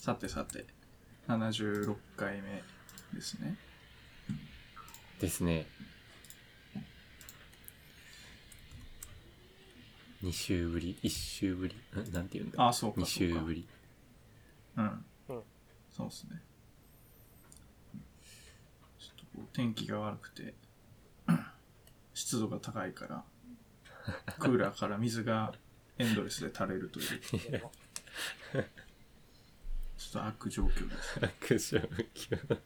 さてさて、76回目ですね。 ですね。2週ぶり、1週ぶり、なんて言うんだ。 あ、そうか 2 そうか。 週ぶり。 うん。そうですね。ちょっとこう天気が悪くて、湿度が高いから、クーラーから水がエンドレスで垂れるという、ちょっと悪状況です。 悪状況。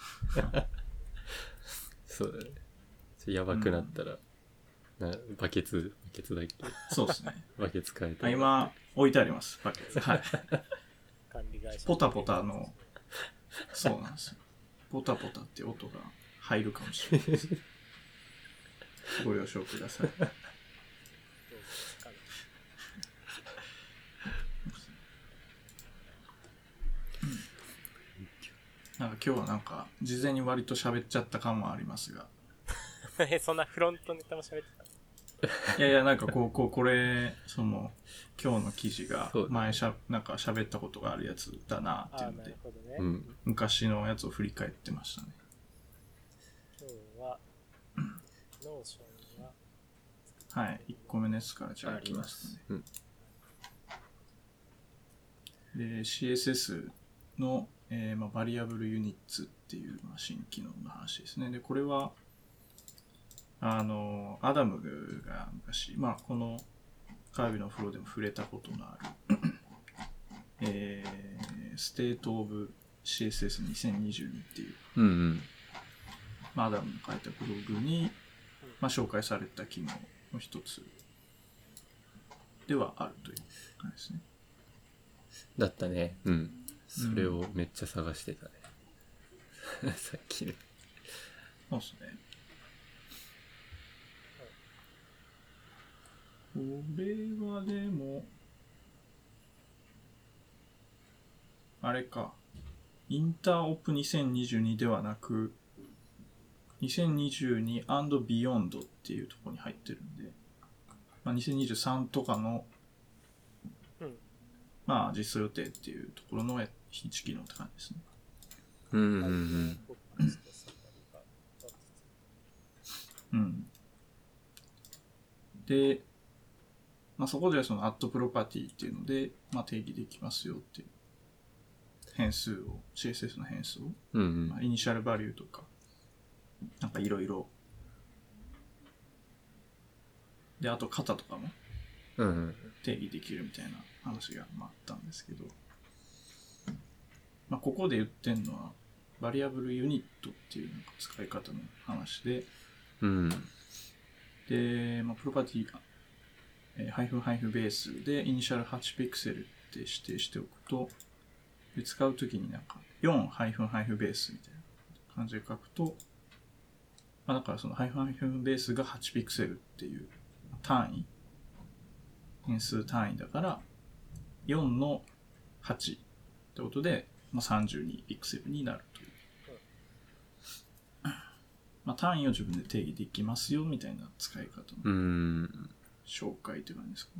そうだね。やばくなったら、バケツだっけ。 そうですね。 バケツ変えて。 今、置いてあります、バケツ。はい。 管理会社ポタポタの、そうなんですよ。ポタポタって音が入るかもしれないです。ご了承ください。なんか今日はなんか事前に割と喋っちゃった感もありますが、 そんなフロントネタも喋っていやいやなんかこれその今日の記事が前なんか喋ったことがあるやつだなっていうので、 なるほどね。 うん。 昔のやつを振り返ってましたね。 今日はノーションははい、1個目のやつからじゃあいきますね。 うん。 で CSS の、バリアブルユニッツっていう、新機能の話ですね。でこれはアダムが昔、このカービのフローでも触れたことのある、ステートオブ CSS2022 っていう、 うんうん。 アダムの書いたブログに、紹介された機能の一つではあるという感じですね。 だったね。うん。それをめっちゃ探してたね。さっきね。 そうですね。これはでも、あれか、インターオプ2022ではなく、2022& ビヨンドっていうところに入ってるんで、2023とかの、実装予定っていうところの非機能って感じですね。 うんうんうん。 うん。で、そこではその add property っていうので、定義できますよっていう変数を、CSS の変数を、 うんうん。 イニシャルバリューとか、なんかいろいろ。で、あと型とかもうんうん。 定義できるみたいな話があったんですけど、ここで言ってんのは、バリアブルユニットっていうなんか使い方の話で、 うん。 で、プロパティ、ハイフンハイフンベースでイニシャル8ピクセルって指定しておくと、で使うときになんか4ハイフンハイフンベースみたいな感じで書くと、だからそのハイフンハイフンベースが8ピクセルっていう単位、変数単位だから、4の8ってことで、32ピクセルになるという。単位を自分で定義できますよみたいな使い方の紹介という感じですか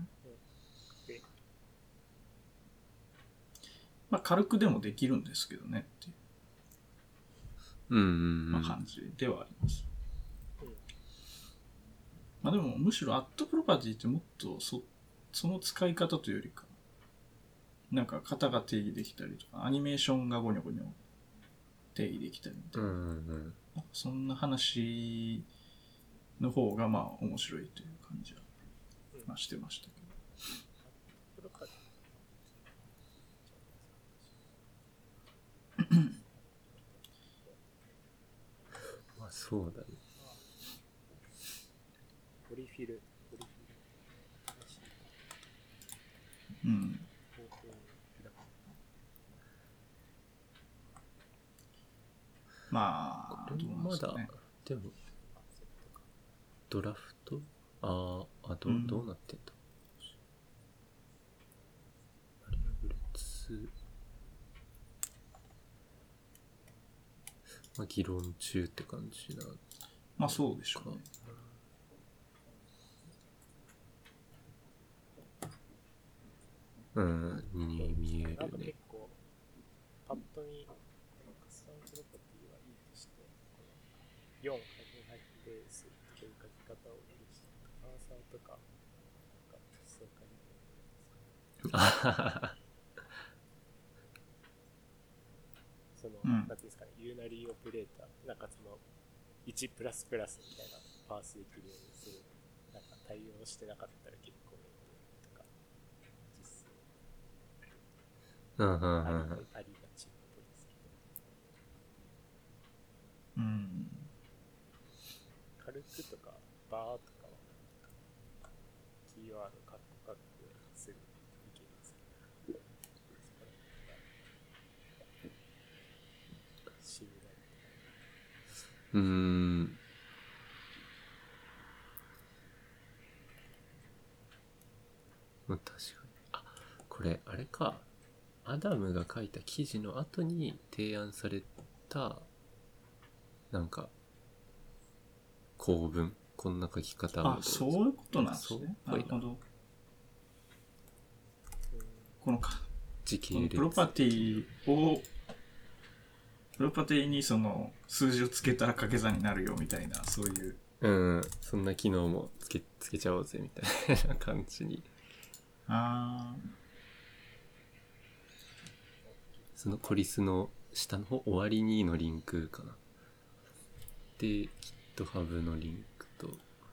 ね。軽くでもできるんですけどねっていう、感じではあります。でもむしろアットプロパティってもっとその使い方というよりか、なんか型が定義できたりとか、アニメーションがゴニョゴニョ定義できたりみたいな、そんな話の方が面白いという感じは、してましたけど。 そうだね。 ポリフィル。 うん。 これまだ、でも、ドラフトどうなってんだ。バリアブル2、議論中って感じな。 そうでしょうね。 に見えるね。 結構 4ハイフンベースという書き方をしてパーサーとかなんかそうかその、なんていうんですかね、ユーナリーオペレーターなんかその1プラスプラスみたいなパースできるようにするなんか対応してなかったら結構とか実装ありがちっぽいですけど、軽くとかバーとかはキーワードカッコカッコすぐいけるんですけど、シミュラ確かに。あ、これあれか、アダムが書いた記事の後に提案されたなんか構文、こんな書き方も。 あ、そういうことなんですね。なるほど。この時系列、 プロパティにその数字をつけたら掛け算になるよみたいな、そういう。 そんな機能もつけちゃおうぜみたいな感じに。そのコリスの下の方、終わりにのリンクかな。で、GitHub のリンクと、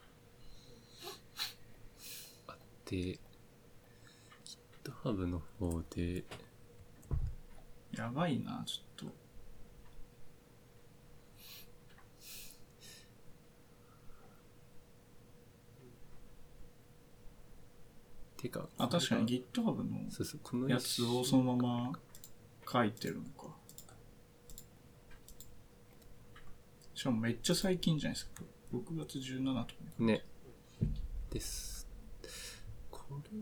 あって、GitHub の方で、 やばいな、ちょっと。 てか、 確かに GitHub のやつをそのまま書いてるのか。しかもめっちゃ最近じゃないですか。6月17とかね。です。こ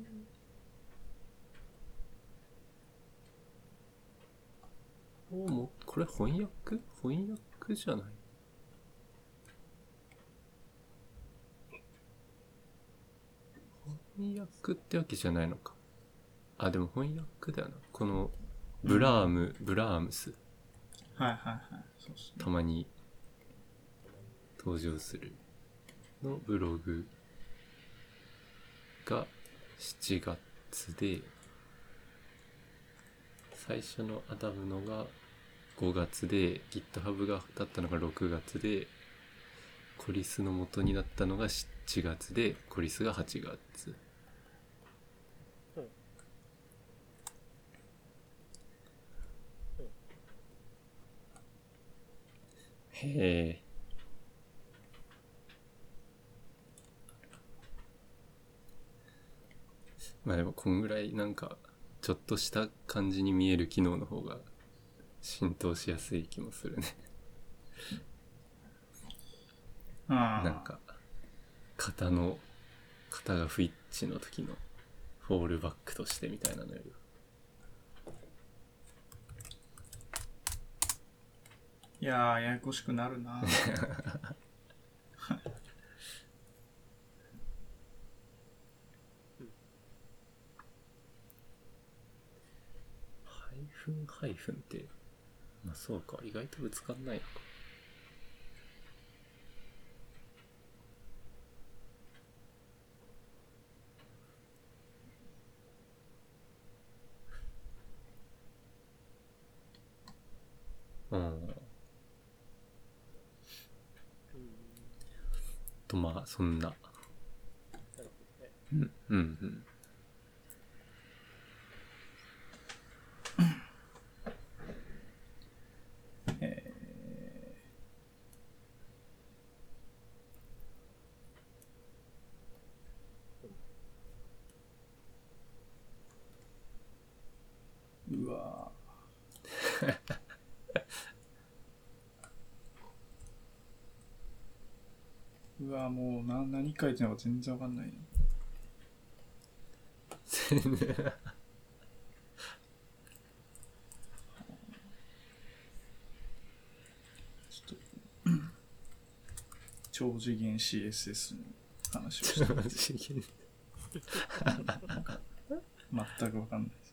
れ翻訳じゃない？翻訳ってわけじゃないのか。あ、でも翻訳だよな。このブラームス。 はいはいはい。そうですね。 たまに登場するのブログが7月で、最初のアダムのが5月で、GitHub が立ったのが6月で、コリスの元になったのが7月で、コリスが8月。へえ。まあでもこんぐらいなんかちょっとした感じに見える機能の方が浸透しやすい気もするね。なんか型が不一致の時のフォールバックとしてみたいなのより。 いやー、ややこしくなるな。 ハイフンって、まあそうか、意外とぶつかんないのか。まあそんな。 うわうわもう何書いてるのか全然わかんないな。ちょっと超次元 CSS の話をして全くわかんないです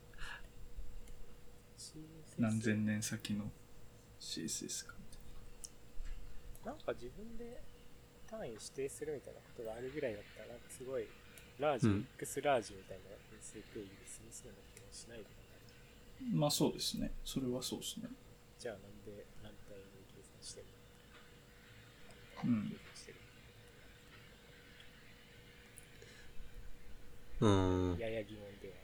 。何千年先の CSS かみなんか自分で単位指定するみたいなことがあるぐらいだったら、なんかすごいラージ、X ラージみたいな変数定義で済みそうな気もしないでもない。 まあそうですね。それはそうですね。 じゃあなんで何単位で計算してるうん。 計算してるやや疑問では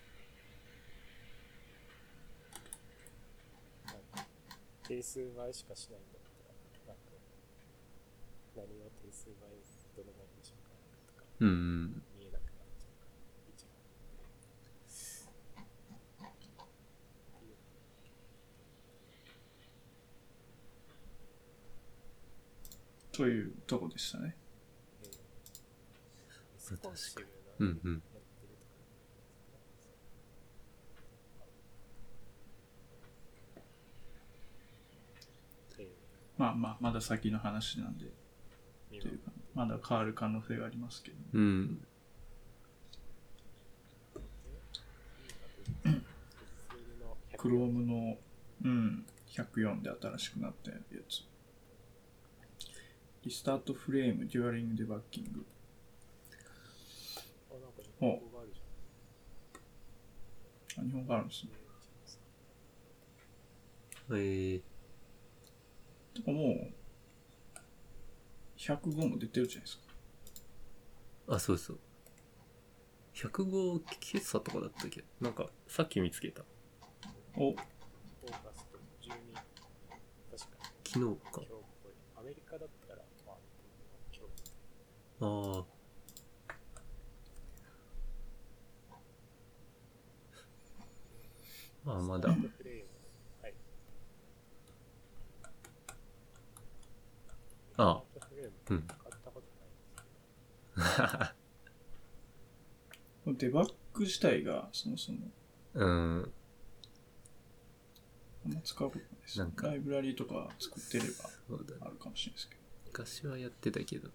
ある。なんか定数倍しかしないんだったら、なんか何を定数倍どの倍でしょうかとか見えなくなっちゃうから一番っていうというとこでしたね。 レスポンシブなうんうんやってるとかまあまあ、まだ先の話なんで、というか、まだ変わる可能性がありますけど。 うん。 Chrome の、104で新しくなったやつ。リスタートフレーム during debugging。 あ、なんか日本語があるじゃん。日本語あるんですね。とかもう、105も出てるじゃないですか。 あ、そうそう。105今朝とかだったっけ？なんか、さっき見つけた。 お、 オーガスト12。確かに。 昨日か。 今日っぽい。アメリカだったら、まあ、今日。 ああ。まあ、まだ。 はい。 ああ。 うん。買ったことないデバッグ自体がそもそもあんま使うことないです。なんかライブラリーとか作ってればあるかもしれないですけど。 昔はやってたけど。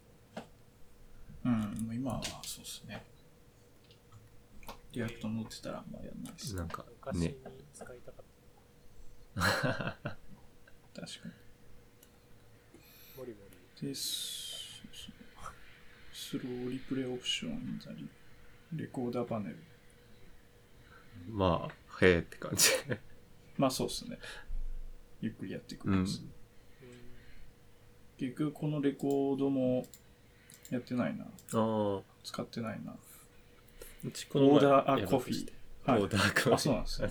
今はそうですね。リアクト乗ってたらあんまやんないです。 なんか昔に使いたかった。 確かに。 モリモリ。で、スローリプレイオプションインザリレコーダーパネル。 まあ、へえって感じ。 まあそうですね。ゆっくりやっていくんです。結局このレコードもやってないな。使ってないな。 オーダーコフィー。 はい、オーダーコフィー。 あ、そうなんですね。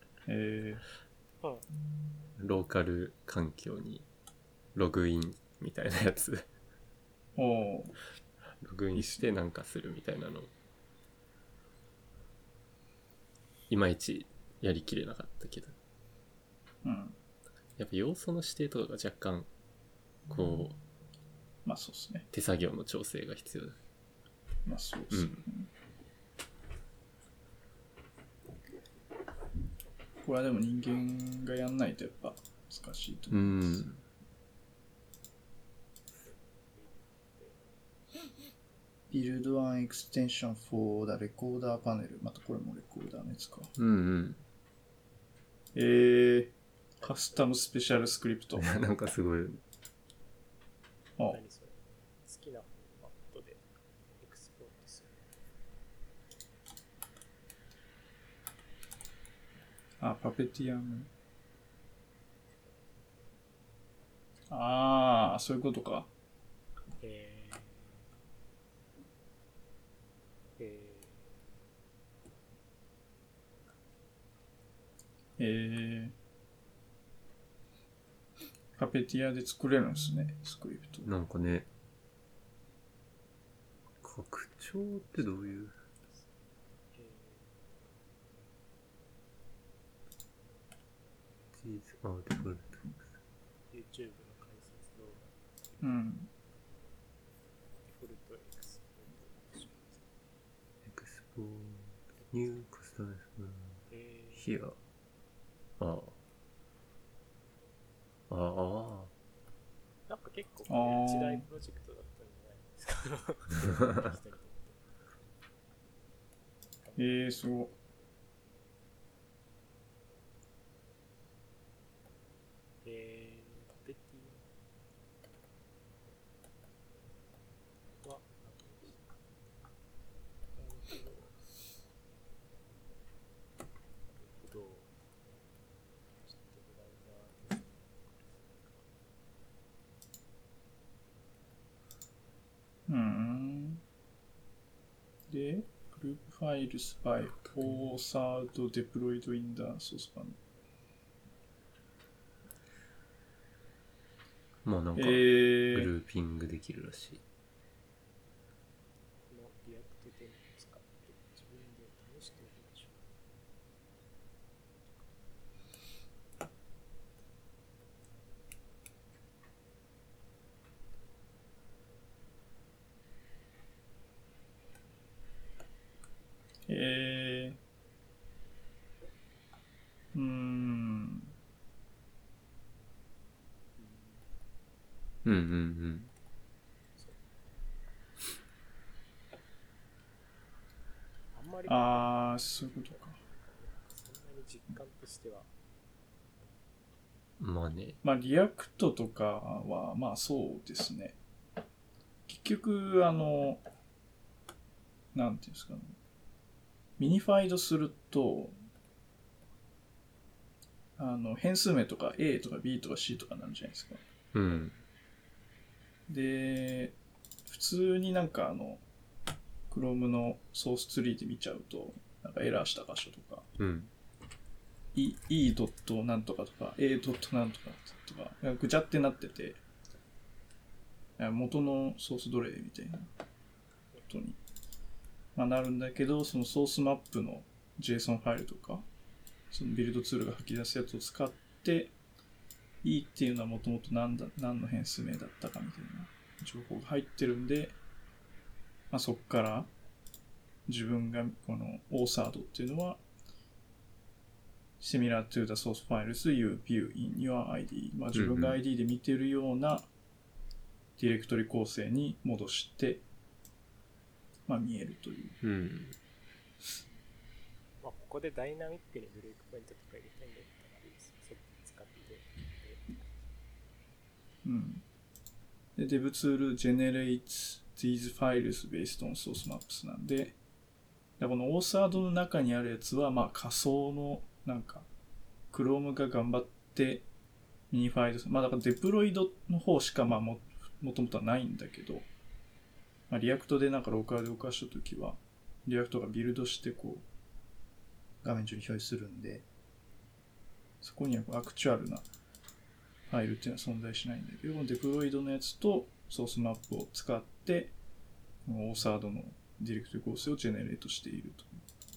ローカル環境にログインみたいなやつ。ログインしてなんかするみたいなの。いまいちやりきれなかったけど。やっぱ要素の指定とかが若干、こう、 まあそうですね。 手作業の調整が必要だ。 まあそうですね。これはでも人間がやんないとやっぱ難しいと思います。Build an extension for the recorder panel。またこれもレコーダーのやつか。カスタムスペシャルスクリプト。 なんかすごい。 何それ？好きなフォーマットでエクスポートする。 パペティアム。そういうことか。パペティアで作れるんですね、スクリプト。 なんかね、拡張ってどういう？デフォルト。 YouTube の解説動画。デフォルトエクスポート。ニューカスタマイズ。ヒア。 なんか結構一大プロジェクトだったんじゃないですか。 すごい。 パペティ files by authored deployed in the source file。 まあなんか、グルーピングできるらしい。 このリアクトテンプを使って自分で試してみましょう。 うんうんうん。 あんまりああ、そういうことか。 そんなに実感としては。 まあね。 まあ、リアクトとかは、まあそうですね。結局、なんていうんですかね。ミニファイドすると、変数名とか A とか B とか C とかなるじゃないですか。 うん。 で、普通になんかChrome のソースツリーで見ちゃうと、なんかエラーした箇所とか、 うん。 E ドットなんとかとか、A ドットなんとかとか、ぐちゃってなってて、元のソースどれみたいなことに、まあ、なるんだけど、そのソースマップの JSON ファイルとか、そのビルドツールが吐き出すやつを使って、E っていうのはもともと何の変数名だったかみたいな情報が入ってるんで、まあ、そこから自分がこの authored っていうのは similar to the source files you view in your ID、まあ、自分が ID で見てるようなディレクトリ構成に戻して、まあ、見えるという。 うん。 まあ、ここでダイナミックにブレイクポイントとか入れたいんだったら、そっち使って、 うん。で、Dev ツール generates these files based on source maps なんで、このオーサードの中にあるやつは、まあ仮想の、なんか、Chrome が頑張ってミニファイル、まあだからデプロイドの方しかまあもともとはないんだけど、まあ、リアクトでなんかローカルで動かしたときは、リアクトがビルドしてこう、画面上に表示するんで、そこにはアクチュアルなファイルっていうのは存在しないんだけど、デプロイドのやつとソースマップを使って、オーサードのディレクトリ構成をジェネレートしていると。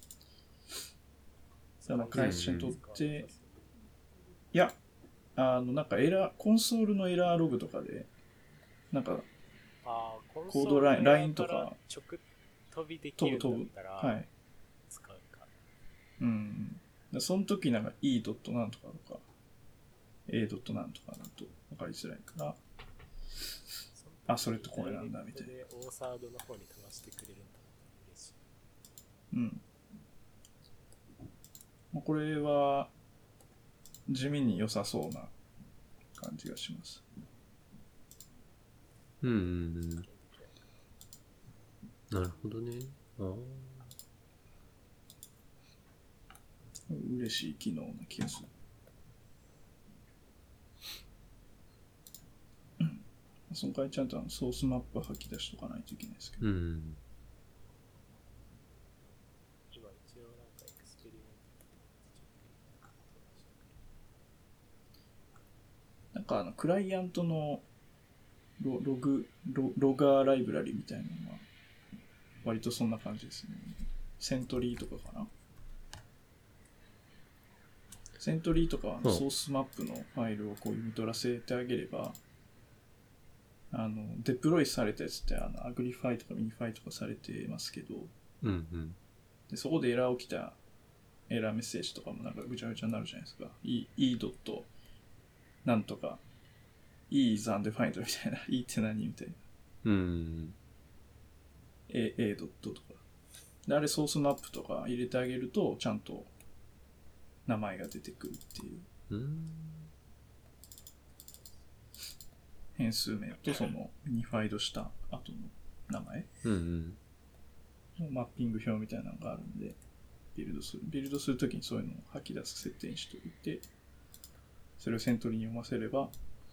だから会社にとって、いや、なんかコンソールのエラーログとかで、なんか、 コードラインとか、 直飛びできるんだったら、 はい。 使うか。 うん。その時なんか E ドットなんとかとか、A ドットなんとかだと分かりづらいから、あ、それとこれなんだみたいな。 で、オーサードの方に飛ばしてくれるんだったら嬉しい。 うん。これは、地味に良さそうな感じがします。 うん。なるほどね。ああ。 嬉しい機能な気がする。その代わりちゃんとソースマップ吐き出しとかないといけないですけど。 うん。 今一応なんかエクスペリメントなんかクライアントのロガーライブラリみたいなのは割とそんな感じですね。セントリーとかかな。セントリーとかはソースマップのファイルをこう読み取らせてあげれば、デプロイされたやつってアグリファイとかミニファイとかされてますけど、 うんうん、 でそこでエラー起きたエラーメッセージとかもなんかぐちゃぐちゃになるじゃないですか。E ドットなんとか E is undefined みたいな E って何みたいな、 うん、 A ドットとかで、あれソースマップとか入れてあげるとちゃんと名前が出てくるっていう、変数名とそのミニファイドした後の名前のマッピング表みたいなのがあるんで、ビルドするときにそういうのを吐き出す設定にしておいて、それをセントリーに読ませれば、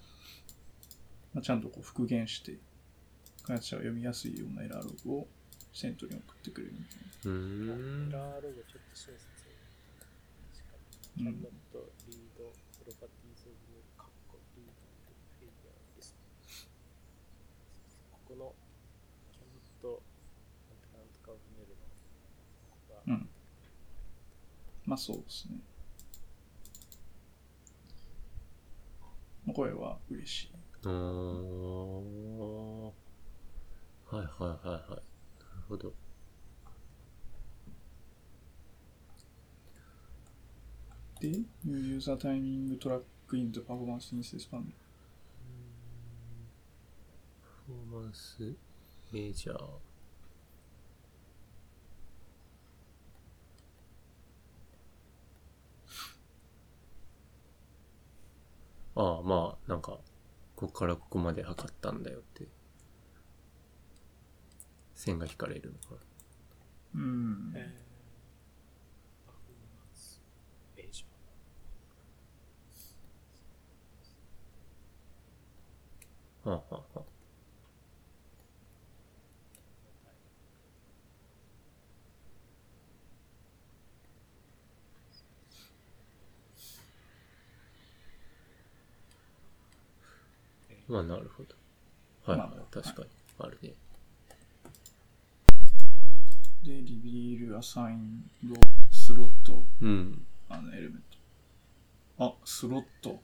ちゃんとこう復元して開発者が読みやすいようなエラーログをセントに送ってくれるみたいうーエん。 ラーロゴちょっと親切に。確かに。 な。 cannot read properties of カッコ read and failure です。ここの cannot なんとかを埋めるのが、 うん。まあそうですね。これは嬉しい。 はいはいはいはい。なるほど。 で、New User Timing Track in the Performance Instance Panel。 パフォーマンスメジャー。ああ、まあ、なんか、ここからここまで測ったんだよって、線が引かれるのかな。 うん。 パフォーマンスメジャー。 はあ、はあはあ、まあ、なるほど。はい、 まあ確かに、あるね。 で、リビール、アサインド、スロット、 うん。 エレメント。あ、スロット。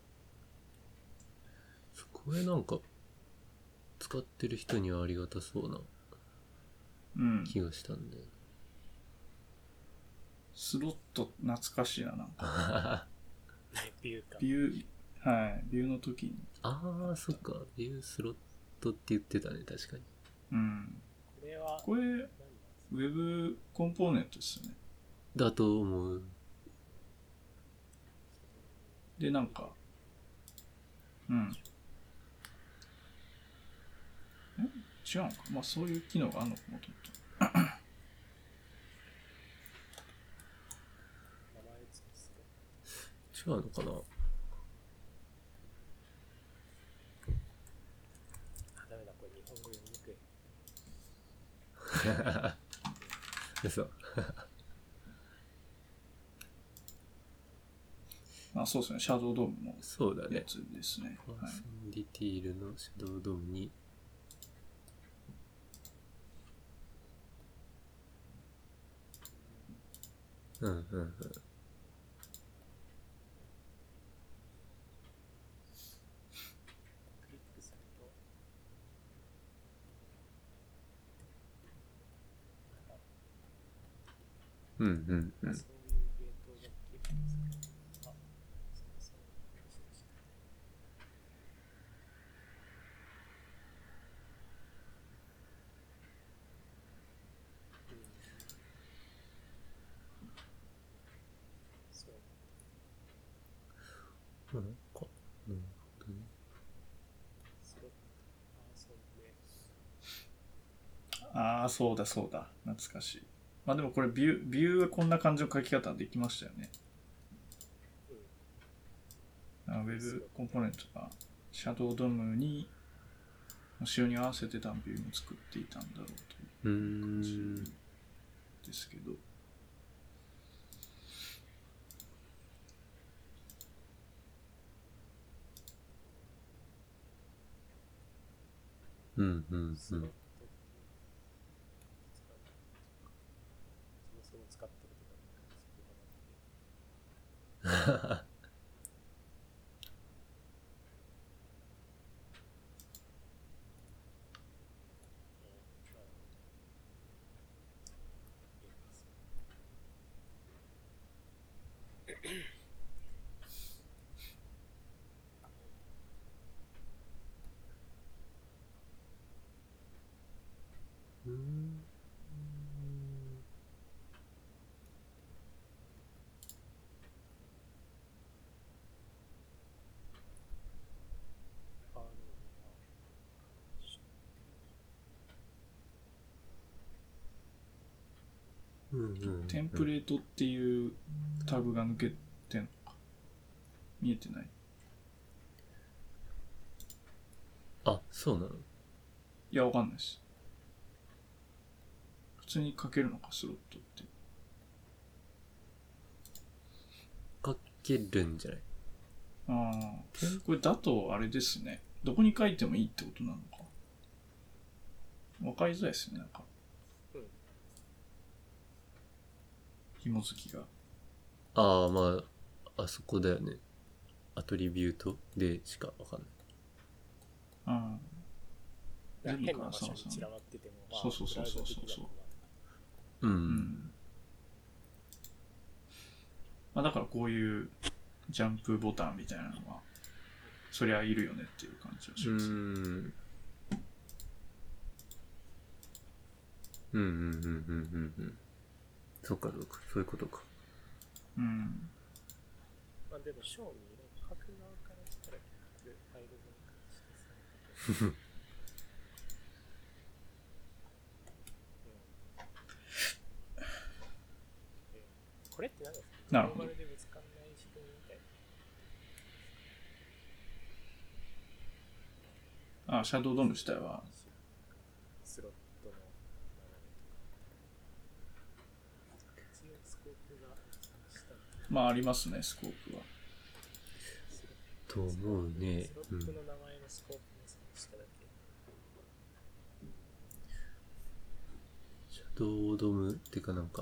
これなんか、使ってる人にはありがたそうなうん。 気がしたんで。 スロット、懐かしいな、なんか。 ビューか。 ビュー、はい、ビューの時に。 ああ、そっか。ビュースロットって言ってたね、確かに。 うん。 これは、 これ、 何なんですか？ ウェブコンポーネントですよね。 だと思う。 で、なんか、うん。違うのか。まあそういう機能があるのかもと思った。 名前つけする。 違うのかな。 ダメだ、これ日本語読みにくい。 嘘。 あ、そうですね。シャドウドームのそうだね。 やつですね。 パーはい。 ソンディティールのシャドウドームに、うんうんうん。 クリックすると、 うんうんうん。 そういうゲートができるんですか？あ、すみません。よろしいでしょうか。そう。 なんか、なるほどね。 スロット、パーソンで、 ああ、そうだそうだ。懐かしい。まあでもこれビューはこんな感じの書き方できましたよね。ウェブコンポーネントがシャドウドームに仕様に合わせて単ビューも作っていたんだろうという感じですけど。 うんうんうん。 スロットっていうそもそも使ったことがないから、そこがなくて。 うーん。うんうんうん、 テンプレートっていうタグが抜けてんのか。見えてない。 あ、そうなの？ いや、わかんないです。 通にかけるのか、スロットって。 かけるんじゃない？ ああ、これだとあれですね。どこに書いてもいいってことなのか。わかりづらいですね、なんか。 うん。 紐付きが。 ああ、まあ、あそこだよね。アトリビュートでしかわかんない。 ああ。 変な場所に散らばってても、まあ、 そうそうそうそうそうブラウザ的にはうん。 うん。まあだからこういうジャンプボタンみたいなのは、そりゃいるよねっていう感じがします。 うんうんうんうんうん。そうかそうか、そういうことか。 うん。 まあでも、正味、書く側からしたら結局、ファイル分割してこれって何ですか？ なるほど。 ノーマルでぶつかんない仕組みみたいな。 あ、シャドウドーム自体は。 スロットの流れとか。一応スコープが下に。 まあありますね、スコープは。 と思うね。 スロットの名前のスコープの下だけ。 シャドウドームってかなんか、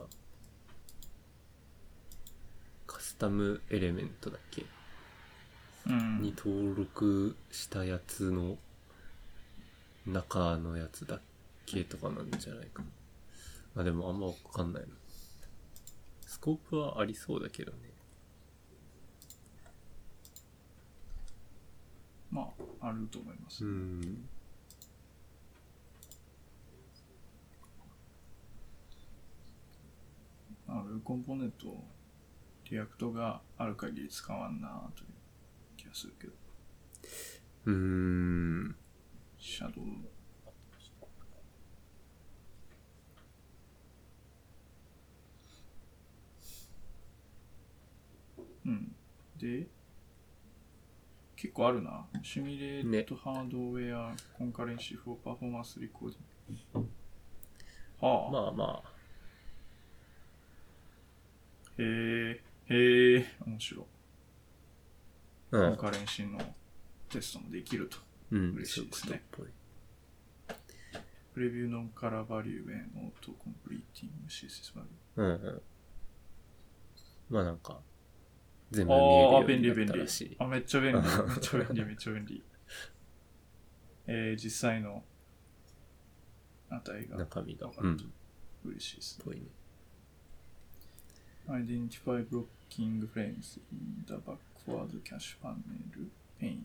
カスタムエレメントだっけ、 うん。 に登録したやつの中のやつだけとかなんじゃないかな。まあでもあんまわかんないな。スコープはありそうだけどね。 まあ、あると思います。 うん。 コンポーネント、リアクトがある限り使わんなという気がするけど。シャドウ。うん。で、結構あるな。シミュレートハードウェア、コンカレンシーフォーパフォーマンスリコーディング。はあ。 まあまあ。 へえ、面白い。 うん。 コンカレンシーのテストもできると。 うん、 嬉しいですね。 そういうことっプレビューノンカラーバリューウェンオートコンプリーティング CSS バリぽい。うんうん。まあなんか、全部見えるよう便利になったらしい。 あ、めっちゃ便利。めっちゃ便利、めっちゃ便利。実際の値が中身が分かると嬉しいですね。 ぽいね。 Identify blocking frames in the backward cache panel pane。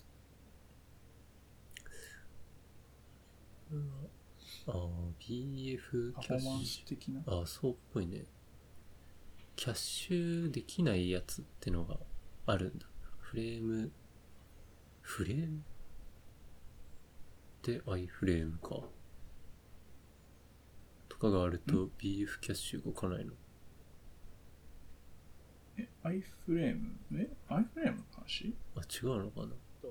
ああ、BF パキャッフォーマンスシ的な。 ュ。ああ、そうっぽいね。キャッシュできないやつってのがあるんだ。フレームで i フレームか。とかがあると BF キャッシュ動かないの。 i フレームi フレームの話？ あ、違うのかな。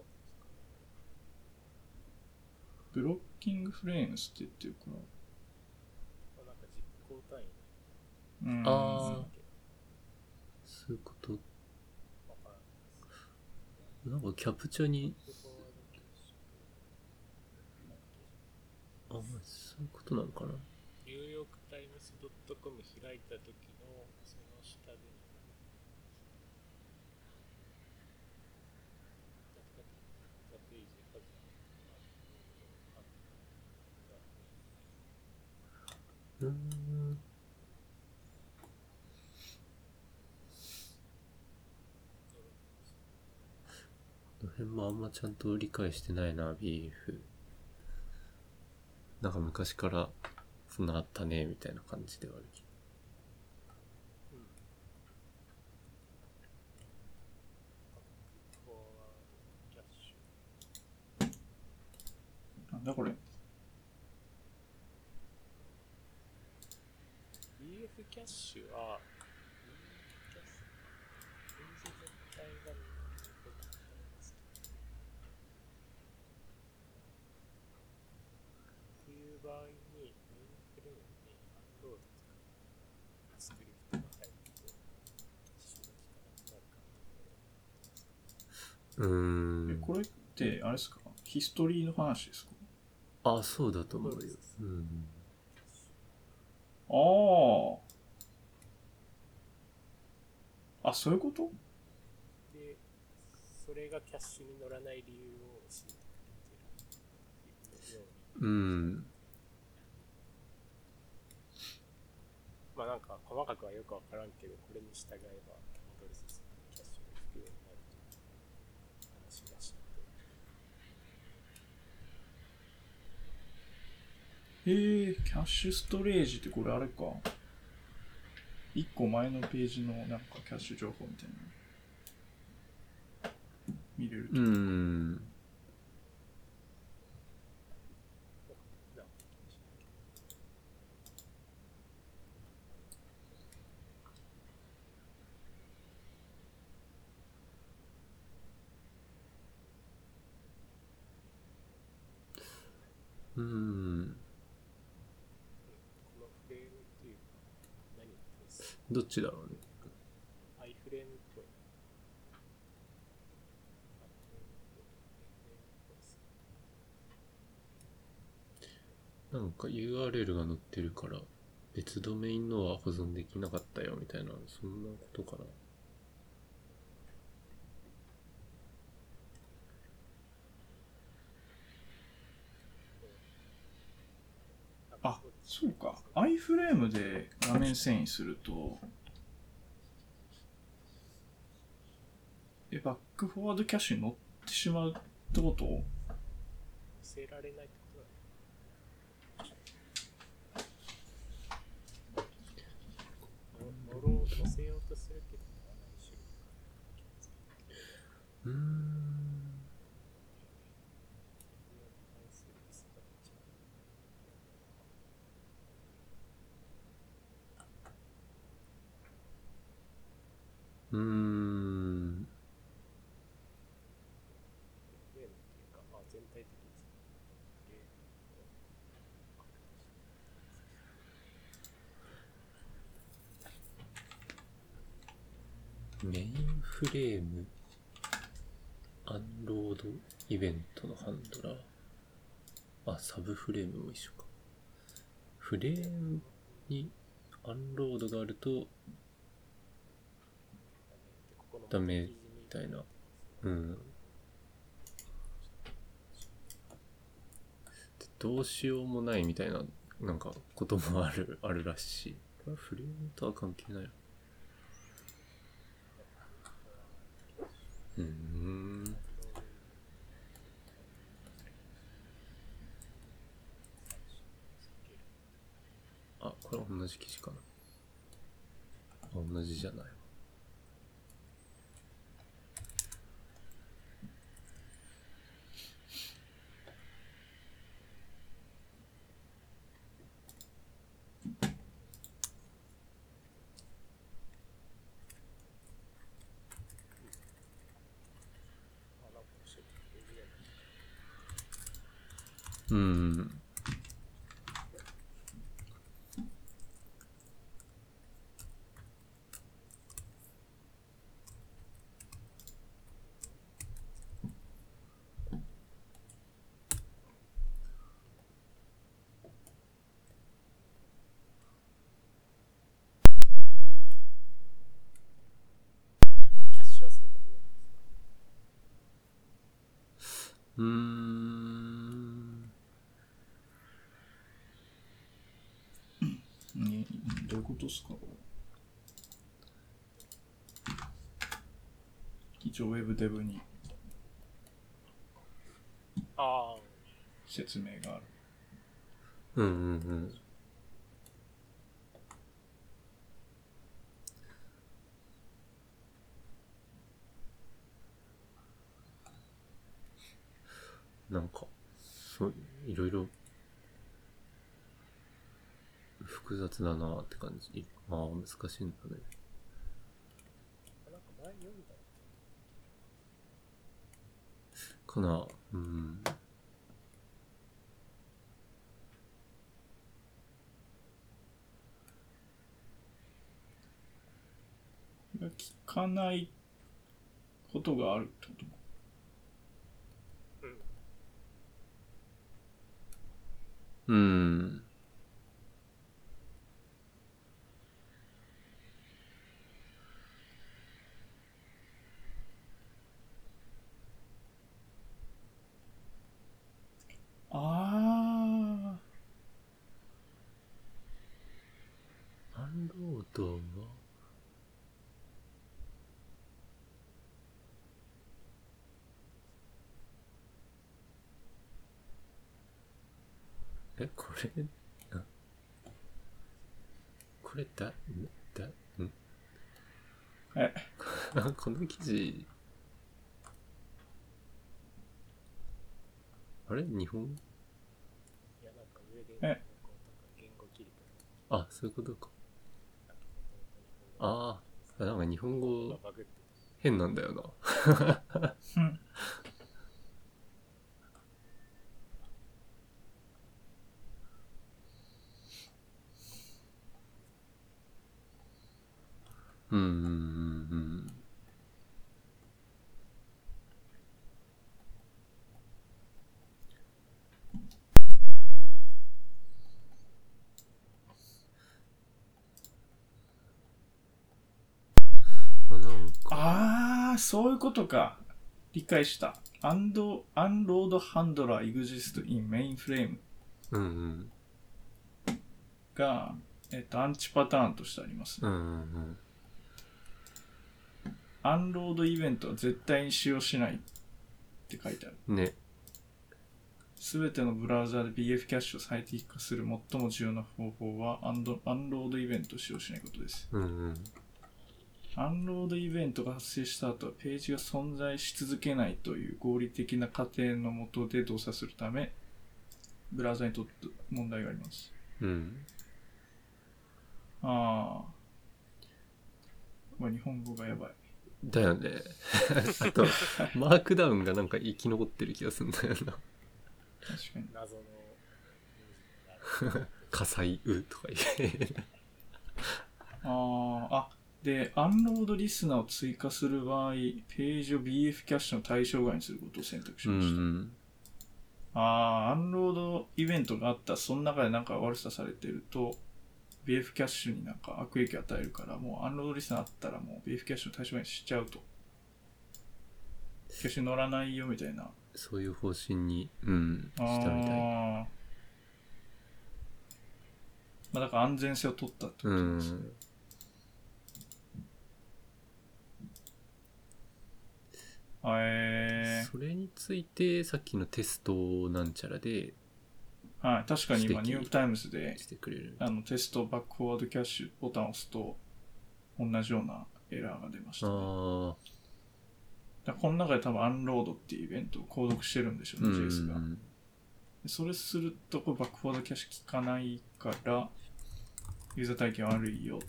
ブロッキングフレームスって言ってるから。 なんか実行単位。 ああ、そういうこと。なんかキャプチャに、あ、そういうことなのかな。 ニューヨークタイムズ .com 開いた時のその下でこの辺もあんまちゃんと理解してないな、BF。なんか昔からそんなあったね、みたいな感じではあるけど。なんだこれ。 BF キャッシュは、ページ全体がっていう場合に、メインフレームに、 これってあれですか、ヒストリーの話ですか？ あ、そうだと思うよ。 そういうこと？ で、それがキャッシュに乗らない理由を教えてくれてるように。まあなんか細かくはよくわからんけど、これに従えばアドレス数キャッシュが引くようになるという話らしくて。キャッシュストレージってこれあれか。1個前のページのなんかキャッシュ情報みたいな見れると。 このフレームっていうか何を通す？ どっちだろうね。 アイフレームっぽい。 なんか URL が載ってるから別ドメインのは保存できなかったよみたいな、そんなことかな。 あ、そうか。iFrame で画面遷移すると、バックフォワードキャッシュに乗ってしまうってこと？ 乗せられないってことだね。乗せようとするけど乗らない種類が全体的にメインフレームアンロードイベントのハンドラー、サブフレームも一緒か。フレームにアンロードがあるとダメみたいな。どうしようもないみたいな、なんかこともあるらしい。これはフレームとは関係ない。これ同じ記事かな。同じじゃないわ。 キャッシュはそんなにどういうことですか？一応ウェブデブに説明がある。 なんかそういろいろ複雑だなって感じ。難しいんだね。 なんか前読んだかな。 聞かないことがあるってこと？ うん。 あアンロードはこれ、あこれだ、んえこの記事、あれ日本いや、なんか上で、 えこう言語切りあ、そういうことか。 なんか元々日本語ああ、なんか日本語がバグって変なんだよな。 うんうんうんうんうん。なんか、 あー、そういうことか。理解した。アンロードハンドラー exist in mainframe うんうんが、アンチパターンとしてありますね。 うんうんアンロードイベントは絶対に使用しないって書いてある。 うん。ね。 すべてのブラウザーで BF キャッシュを最適化する最も重要な方法はアンロードイベントを使用しないことです。 うんうん。 アンロードイベントが発生した後はページが存在し続けないという合理的な過程の下で動作するため、ブラウザにとって問題があります。 うん。 ああ。これ日本語がやばい。 だよね。あと、マークダウンがなんか生き残ってる気がするんだよな。 確かに。 謎の文字になる。 火災うとか言え。 で、アンロードリスナーを追加する場合、ページを BF キャッシュの対象外にすることを選択しうました。 んアンロードイベントがあった、その中でなんか悪さされてると、BF キャッシュになんか悪影響を与えるから、もうアンロードリスナーあったらもう BF キャッシュの対象外にしちゃうと。キャッシュ乗らないよみたいな。 そういう方針に、したみたい。 まあだから安全性を取ったってことですね。 それについてさっきのテストなんちゃらではい、確かに今ニューヨークタイムズでしてくれる。 テストバックフォワードキャッシュボタンを押すと同じようなエラーが出ましたね。だこの中で多分アンロードっていうイベントを購読してるんでしょうね、JS が。それするとこれバックフォワードキャッシュ効かないからユーザー体験悪いよ。こ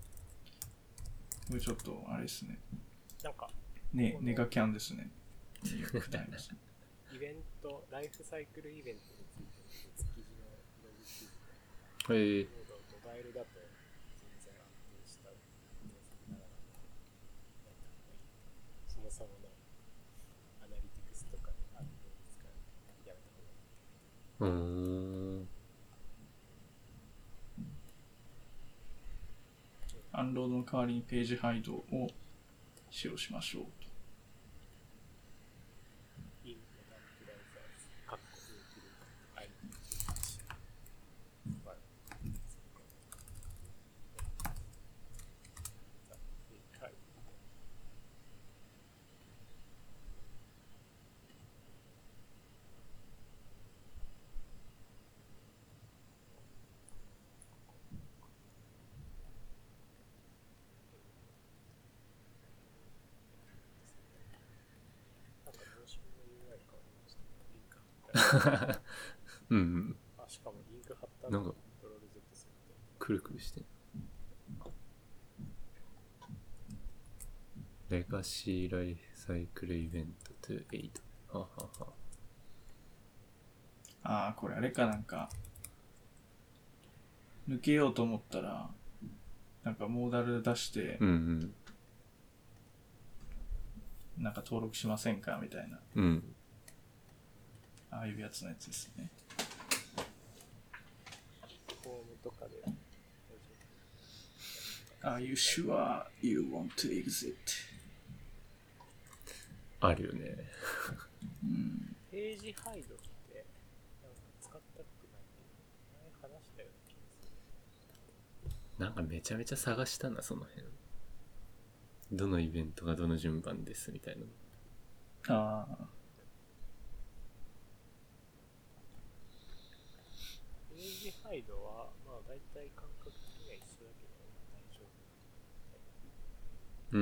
れちょっとあれですね。 なんかネガキャンですね。ニューヨークタイムズ。 イベント、ライフサイクルイベントについての記事のブログ記事で、モバイルだと全然安定したながらそもそものアナリティクスとかでアンロード使うやめた方がいい。 アンロードの代わりにページハイドを使用しましょうと。 インモダンブラウザーズ、カッコできる、アイディ、 うん。 しかもリンク貼ったなんかコントロール Z するとくるくるしてレガシーライフサイクルイベントto 8。ははは。 これあれかなんか抜けようと思ったらなんかモーダル出して、なんか登録しませんかみたいな、ああいうやつのやつですね。 とかで大丈夫。 Are you sure you want to exit? あるよね。 ページハイドってなんか使ったことないけど、前話したような気がする。 なんかめちゃめちゃ探したな、その辺。どのイベントがどの順番ですみたいな。 ああ。 ページハイドはまあ大体感覚的には一緒だけど大丈夫。 うん。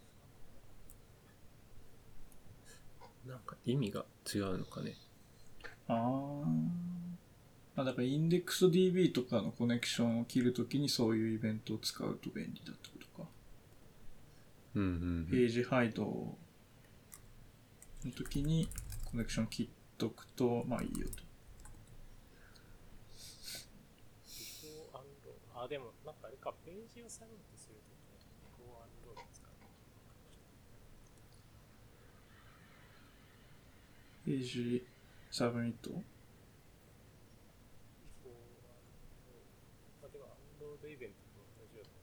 なんか意味が違うのかね。 ああ。だからインデックス DB とかのコネクションを切るときにそういうイベントを使うと便利だってことか。 うんうんページハイドの時にコネクション切っとくとまあいいよと。 ビフォーアンロード。あ、でもなんかあれか、ページをサブミットするときにビフォーアンロード使う。 ページサブミット。 ビフォーアンロード。まあでもアンロードイベントと同じような。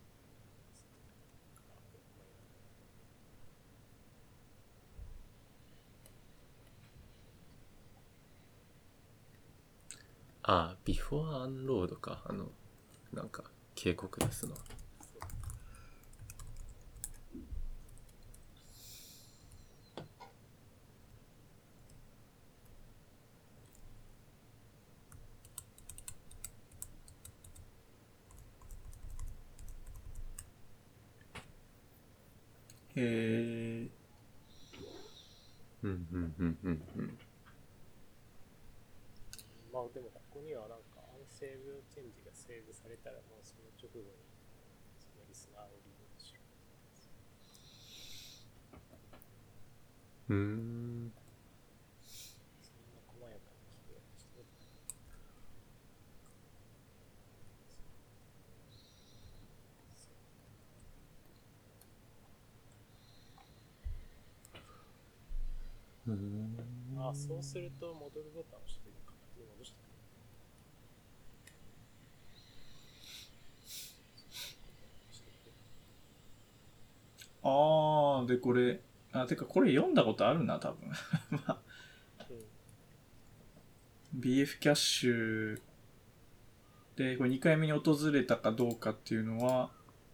ああ、ビフォーアンロードか。なんか、警告出すの。うんうんうんうんうん。 まあでもここにはなんかアンセーブチェンジがセーブされたらもうその直後にそのリスナーをリムーブしろ。そんな細やかな規定をしてる。あ、そうすると戻るボタンを押して勝手に戻してくれる。 ああ、でこれてかこれ読んだことあるな多分。まあ、BF キャッシュでこれ2回目に訪れたかどうかっていうのは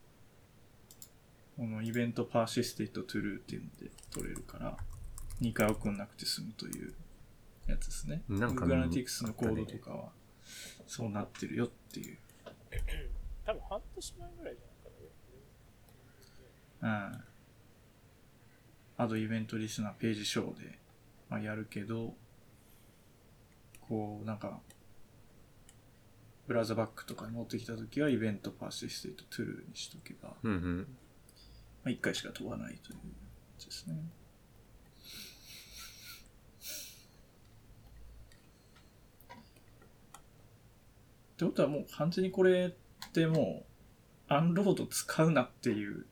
このイベントパーシステントトゥルーっていうので取れるから2回送んなくて済むというやつですね。 なんか Google Analytics のコードとかはそうなってるよっていう。 多分半年前ぐらいじゃないかな。 アドイベントリスナーページショーで、まあ、やるけどこうなんかブラウザバックとかに持ってきたときはイベントパーシステントトゥルーにしとけば、 うんうん。 まあ、1回しか飛ばないというやつですね。ってことはもう完全にこれってもうアンロード使うなっていう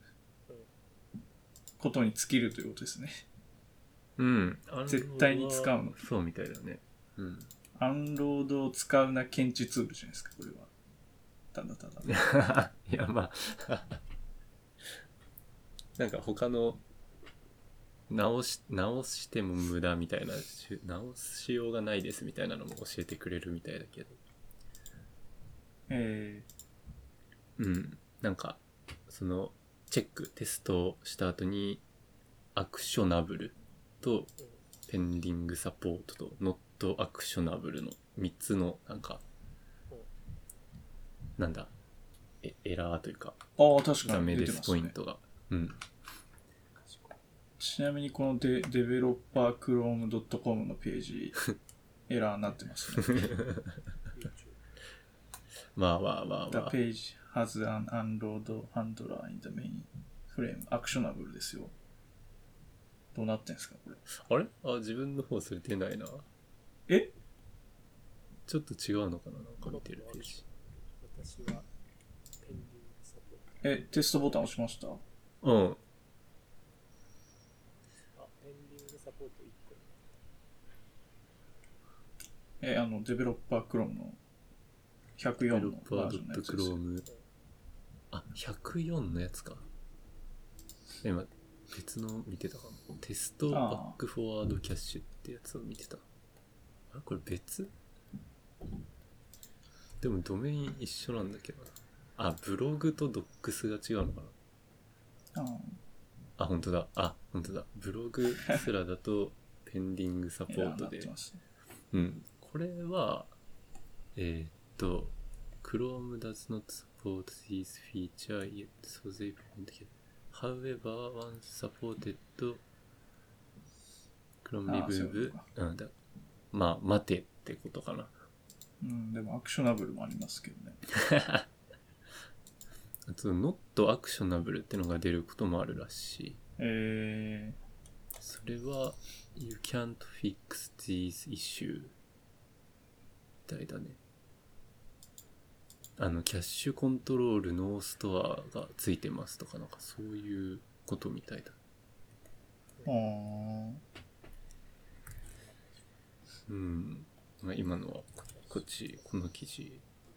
ことに尽きるということですね。 うん。 絶対に使うの。 そうみたいだね。うん。 アンロードを使うな検知ツールじゃないですか、これは。ただただ。 いや、まあ。なんか他の直しても無駄みたいな、直しようがないですみたいなのも教えてくれるみたいだけど。うん。なんか、その、テストした後に、アクショナブルと、ペンディングサポートと、ノットアクショナブルの3つの、なんか、なんだ、エラーというか、 確かダメですに出てますね。 ポイントが。うん。 ちなみにこのデベロッパー chrome.com のページ、エラーになってますね。 まあまあまあ The まあ。 page has an unload handler in the main frame. アクショナブルですよ。どうなってんすかこれ。 あれ自分の方それ出ないな。 えちょっと違うのかななんか見てるページ。 私はペンディングサポート。 テストボタン押しました？ うん。 ペンディングサポート1個。 デベロッパー Chrome の 104のバージョンのやつですよ。 Chrome あ、104のやつか。今別の見てたかも。テストバックフォワードキャッシュってやつを見てた。あれこれ別？でもドメイン一緒なんだけどな。あ、ブログとドックスが違うのかな。あ、本当だ。あ、本当だ。ブログすらだとペンディングサポートで。うん。これは、Chrome does not support these feature yet, so they implement it. However, once supported, Chrome remove, まあ、待てってことかな。 うん、でもアクショナブルもありますけどね。 あと、not actionable ってのが出ることもあるらしい。それは、you can't fix these issue みたいだね。キャッシュコントロールノーストアがついてますとか、なんかそういうことみたいだ。うん。まあ、今のはこの記事。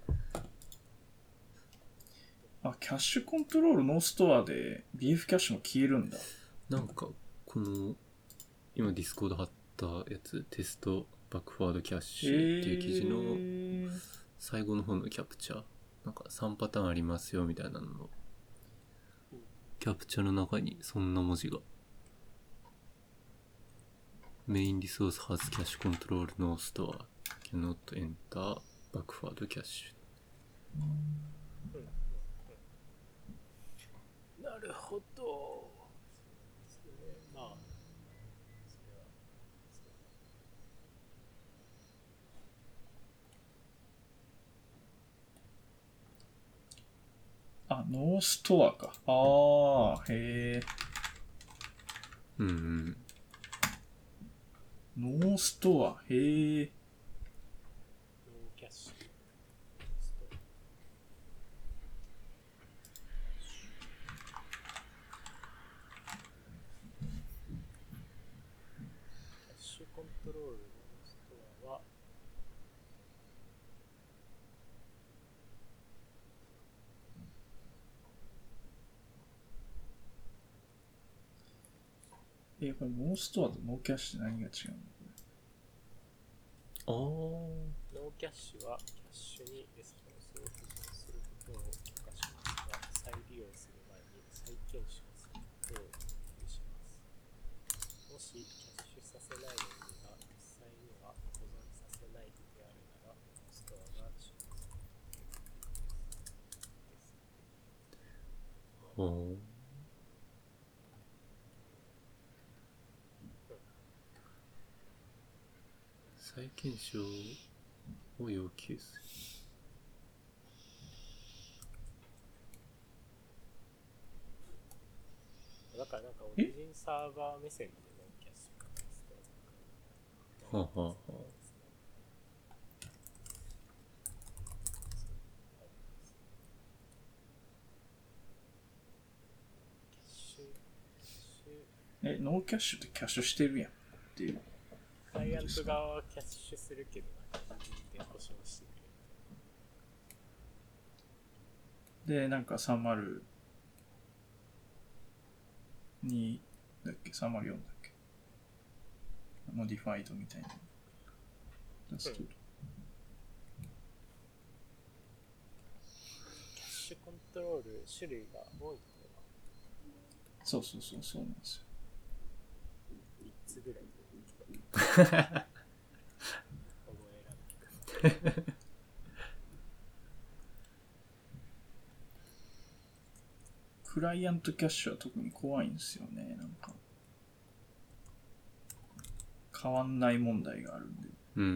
あ、キャッシュコントロールノーストアで BF キャッシュも消えるんだ。 なんか、この、今ディスコード貼ったやつ、テストバックフォワードキャッシュっていう記事の最後の方のキャプチャー。なんか3パターンありますよみたいなののキャプチャーの中にそんな文字がメインリソース has cache control no store cannot enter backward cache。 なるほど。まああ、ノーストアか。ああ、へえ。 うんうん。 ノーストア、へえ。 ノーキャッシュ。キャッシュコントロールノーストアはこれノーストアとノーキャッシュって何が違うの？ あノーキャッシュはキャッシュにレスポンスを保存することを許可しますが、再利用する前に再検証することを要求します。もしキャッシュさせないのには実際には保存させないであるなら、ノーストアが使用されるです。 ほう。再検証を要求する。 だからなんかオリジンサーバー目線でノーキャッシュかですと。 はあはあはあ。 ノーキャッシュってキャッシュしてるやんっていう。 クライアント側はキャッシュするけど、なんか自分で保証してくれる。 で、なんか302だっけ ?304 だっけモディファイドみたいな。出すと、 キャッシュコントロール種類が多いのではそうなんですよ。 3つぐらい覚えられる。 クライアントキャッシュは特に怖いんですよね。なんか変わんない問題があるんで。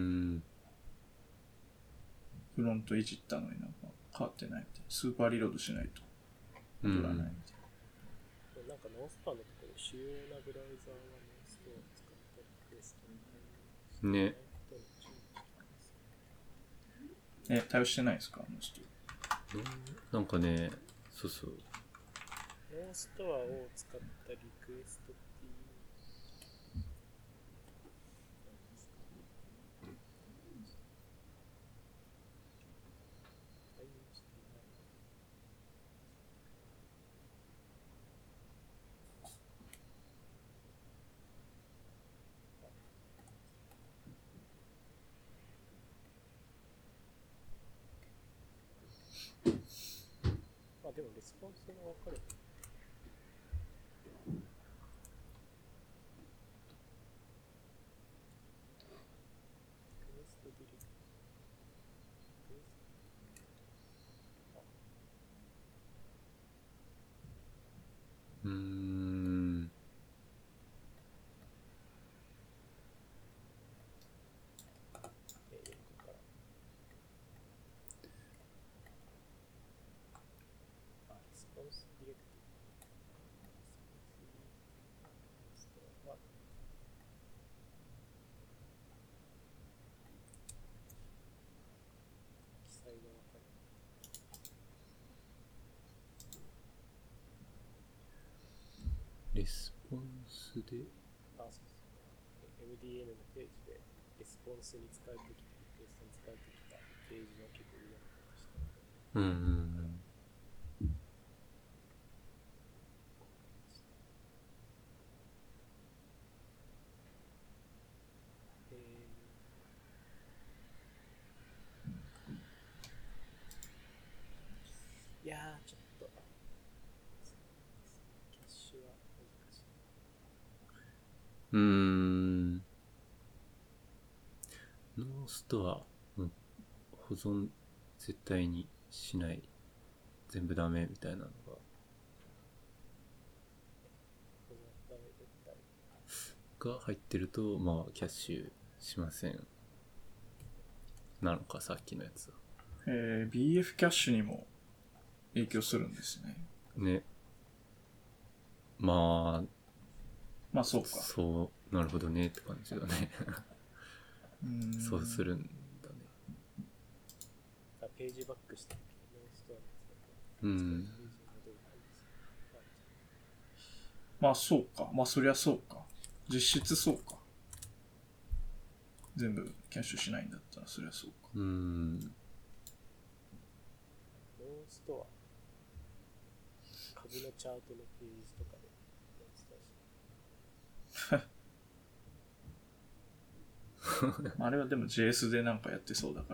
フロントいじったのになんか変わってないみたいな。スーパーリロードしないと戻らないみたいな。 なんかノーストアのところ主要なブラウザーはノーストアを使ったリクエストに対応してないことに注意してます。 ね。対応してないですかあの人。 なんかね、そうそう。 ノーストアを使ったリクエストっていう何ですか？ スポンスで、 あ、そうそう。MDN のページで、レスポンスに使うとき、テストに使うときたページの結構上のことしたので、 うんうんうん。 いやー、ちょっと、キャッシュは難しい。 ノーストア、保存絶対にしない。全部ダメみたいなのが。 このダメ絶対。 が入ってると、まあ、キャッシュしません。なのか、さっきのやつは。 BF キャッシュにも影響するんですね。 ね。まあ、 まあそうか。 そう、なるほどねって感じだね。そうするんだね。 ページバックしてノーストアのやつだと、 うん。 ページに戻る感じです。 まあそうか。まあそりゃそうか。実質そうか。全部キャッシュしないんだったらそりゃそうか。 ノーストア、株のチャートのページとかでノーストアしあれはでも JS でなんかやってそうだから。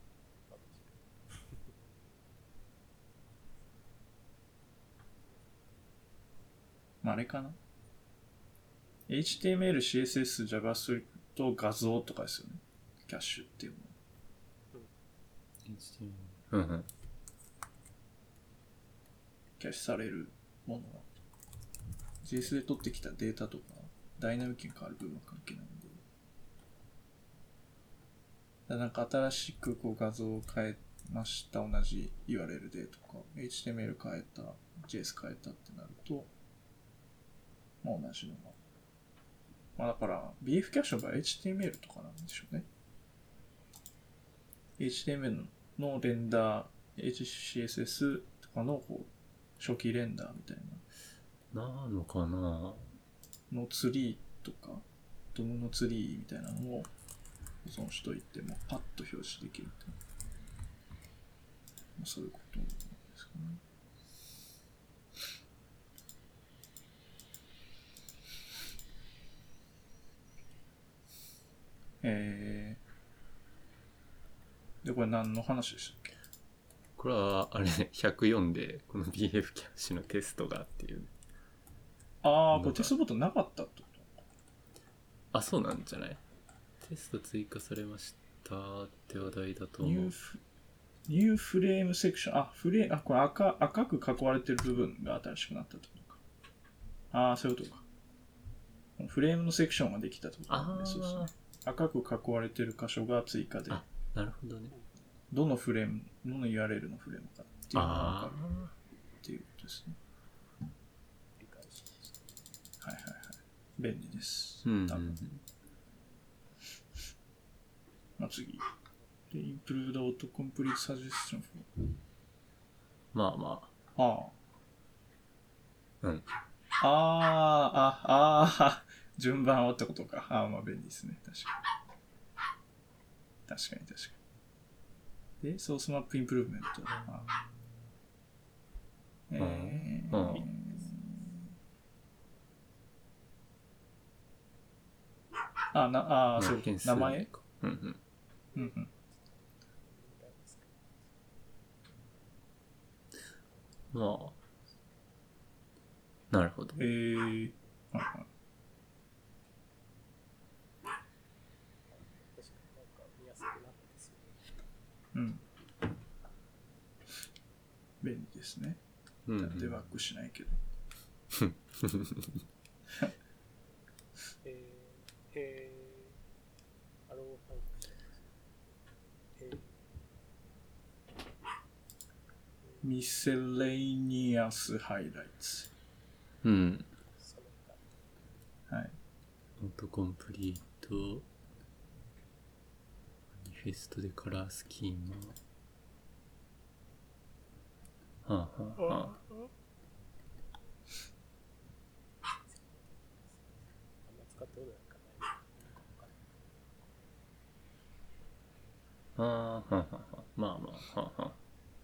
まあ、あれかな ?HTML、CSS、JavaScript、画像とかですよね。キャッシュっていうのは。 うんうん。 キャッシュされるものは。JS で取ってきたデータとか、ダイナミックに変わる部分は関係ないんで。なんか新しくこう画像を変えました、同じ URL でとか、HTML 変えた、JS 変えたってなると、まあ同じのが。まあだから、BF キャッシュの場合 HTML とかなんでしょうね。HTML のレンダー、HCSS とかのこう初期レンダーみたいなのかななのツリーとか、ドムのツリーみたいなのを保存しといてもパッと表示できるっていう、まあ、そういうことなんですかね。で、これ何の話でしたっけ？ これは、あれね、104で、この BF キャッシュのテストがっていう。 ああ、これテストボタンなかったってこと？ あ、そうなんじゃない？テスト追加されましたって話題だと思う。 ニューフレームセクション。これ赤く囲われてる部分が新しくなったってことか。ああ、そういうことか。フレームのセクションができたってことなんで、そうですね。赤く囲われてる箇所が追加で。 あ、なるほどね。 どの URL のフレームかっていうのがわかるっていうことですね。 理解しました。 はいはいはい。便利です。 うん、 多分。まあ次。で、Improved Autocomplete Suggestion for。 まあまああ。うん。 順番をってことか。まあ便利ですね。確かに。で、ソースマップインプルーブメント。そういうこと。名前？ まあ。なるほど。 確かになんか見やすくなってそう。 便利ですね。デバッグしないけど。 アローファンクション。 ミセレイニアスハイライツ。 うん。 はい。 オートコンプリート、マニフェストでカラースキーマ。はあはあはあ。 ああ、はんはんはん。まあまあ、はんはん。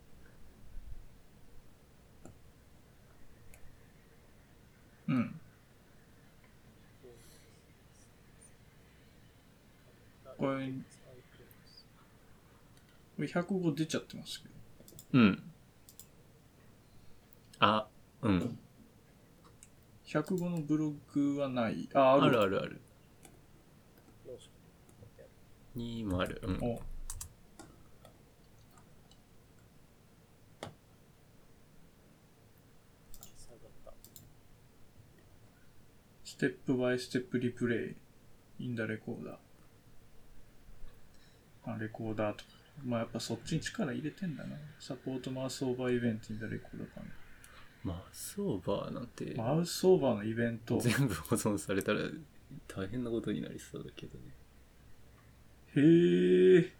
うん。これ105出ちゃってますけど。 うん。あ、うん。 105のブログはない。あ、ある。 あるあるある。 ノーション持ってある。 にもある。うん。 お下がった。 ステップバイステップリプレイインダレコーダー。レコーダーとか。まあやっぱそっちに力入れてんだな。サポートマウスオーバーイベントインダレコーダーかな。 マウスオーバーなんてマウスオーバーのイベント。 全部保存されたら大変なことになりそうだけどね。 へえ。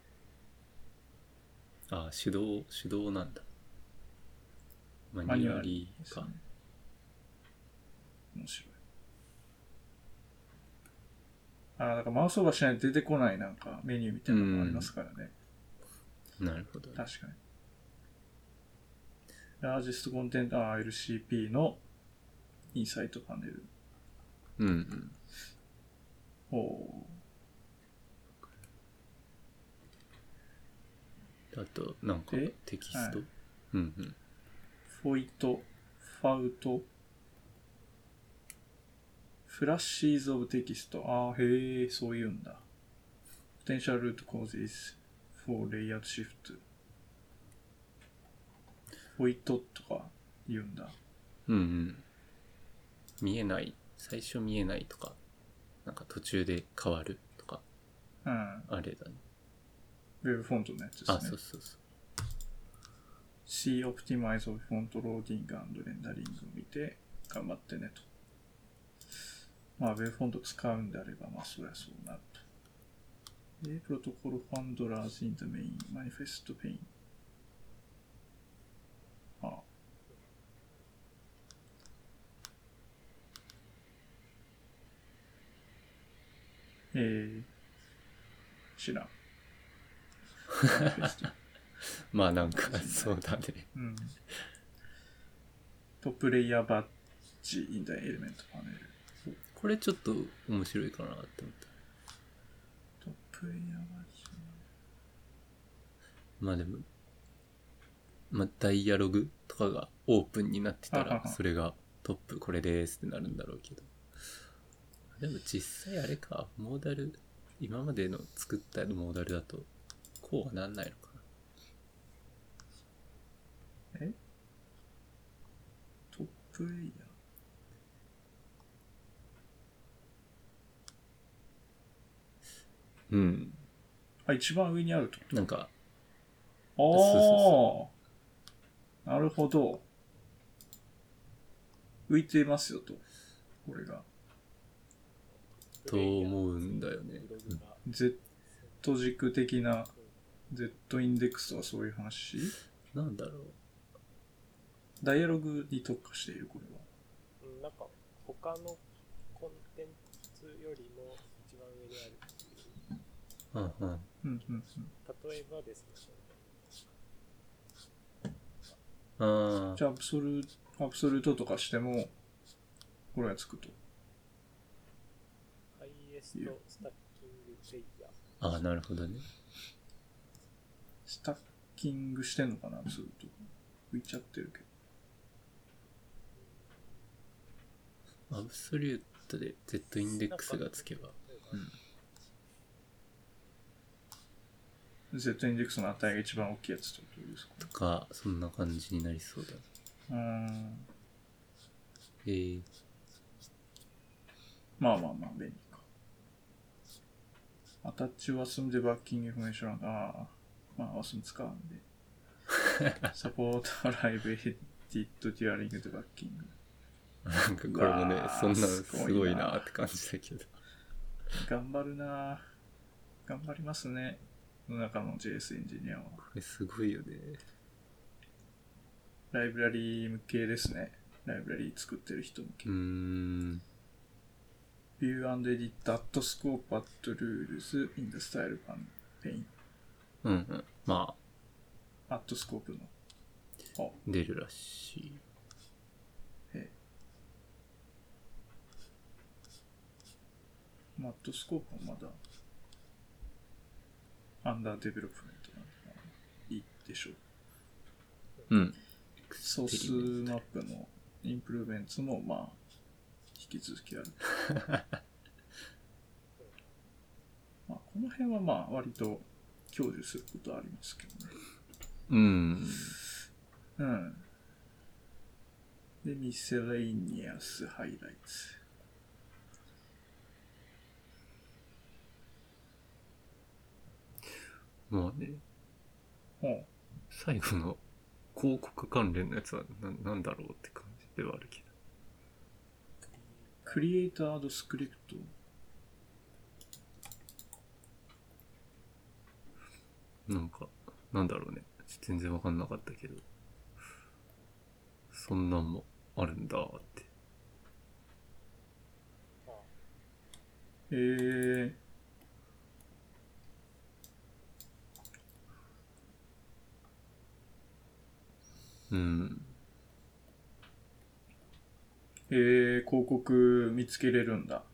あ、手動なんだ。マニュアリーか。 面白い。だからマウスオーバーしないと出てこないなんかメニューみたいなのもありますからね。 なるほど。 確かに。ラージストコンテンツ、LCP のインサイトパネル。 うんうん。 おあと、なんかテキスト、はい、うんうん。 フォイト、ファウト、フラッシーズオブテキスト。へえ、そういうんだ。Potential root causes for layout shift。フォイトとか言うんだ。 うんうん。見えない、最初見えないとか、なんか途中で変わるとか、 うん、 あれだね。 ウェブフォントのやつですね。 そうそうそう。 C optimize of font loading and rendering を見て頑張ってねと。まあ、ウェブフォント使うんであれば、まあ、そりゃそうなると。プロトコルファンドラーズ in the main manifest pane。知らん。 まあなんかそうだね。 うん。トップレイヤーバッジ in the element パネル。 これちょっと面白いかなって思った。 トップレイヤーバッジ。 まあでも、ダイアログとかがオープンになってたら、それがトップこれですってなるんだろうけど。でも実際あれか、モーダル、今までの作ったモーダルだと、こうはなんないのかな。 トップレイヤー。うん。 一番上にあると。 なんか、 なるほど。浮いてますよと。これが。 と思うんだよね。 Z 軸的な Z インデックスとはそういう話？ なんだろう。 ダイアログに特化している、これは。 なんか他のコンテンツよりも一番上にあるっていう。例えばですね。 じゃあアブソルートとかしてもこれがつくと。 ハイエストスタッキングレイヤー。 なるほどね。 スタッキングしてんのかな、アブソルート。浮いちゃってるけど。アブソリュートで Z インデックスがつけば。 Z インデックスの値が一番大きいやつってことですか？ とか、そんな感じになりそうだ。 まあ、便利か。アタッチワスムデバッキングインフォメーションワスム使うんで。サポートライブエディットデュアリングデバッキング。 なんかこれもね、そんなのすごいなって感じだけど。 頑張るな。頑張りますね。の中の JS エンジニアは。これすごいよね。 ライブラリー向けですね。ライブラリー作ってる人向け。View and edit at scope at rules in the style pane。 うんうん。まあ、 アットスコープの。あ、 出るらしい。 へえ。アットスコープはまだ、アンダーデベロップメントなんで、いいでしょう。 うん。 ソースマップのインプルーメンツも、まあ、引き続きある。まあ、この辺はまあ、割と享受することはありますけどね。 うん。 うん。で、ミセレイニアスハイライツ。 まあね、 ほう。 最後の広告関連のやつはなんだろうって感じではあるけクリエイタードスクリプト。 なんか、なんだろうね。全然わかんなかったけど。そんなんもあるんだって。うん。 広告見つけれるんだ。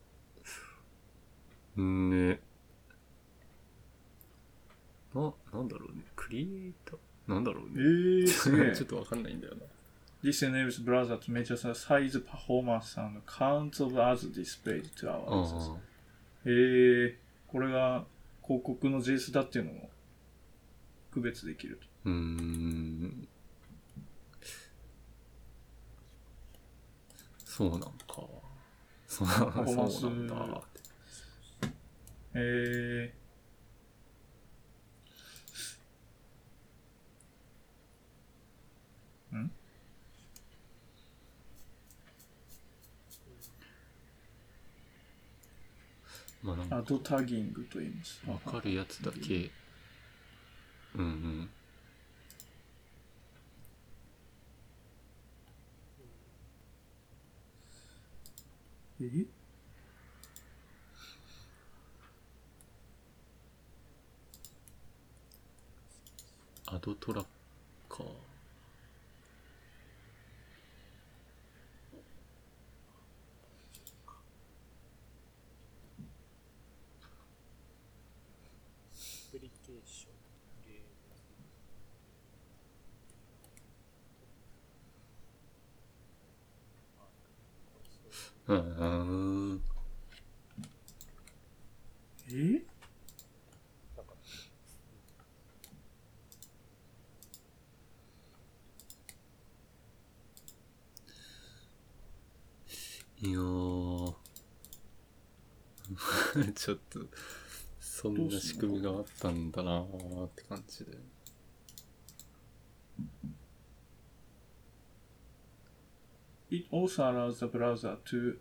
ね。なんだろうね。クリエイターなんだろうね。 すげえ。 ちょっとわかんないんだよな。 This enables browser to measure the size, performance, and counts of ads displayed to our users. これが広告の JS だっていうのも区別できると。 そうなんか。そうなんだ。まあなんかアドタギングと言います。 わかるやつだけ。うんうん。アドトラッカー。 アプリケーション、ゲーム。なんか、 いやーちょっとそんな仕組みがあったんだなーって感じで。 It also allows the browser to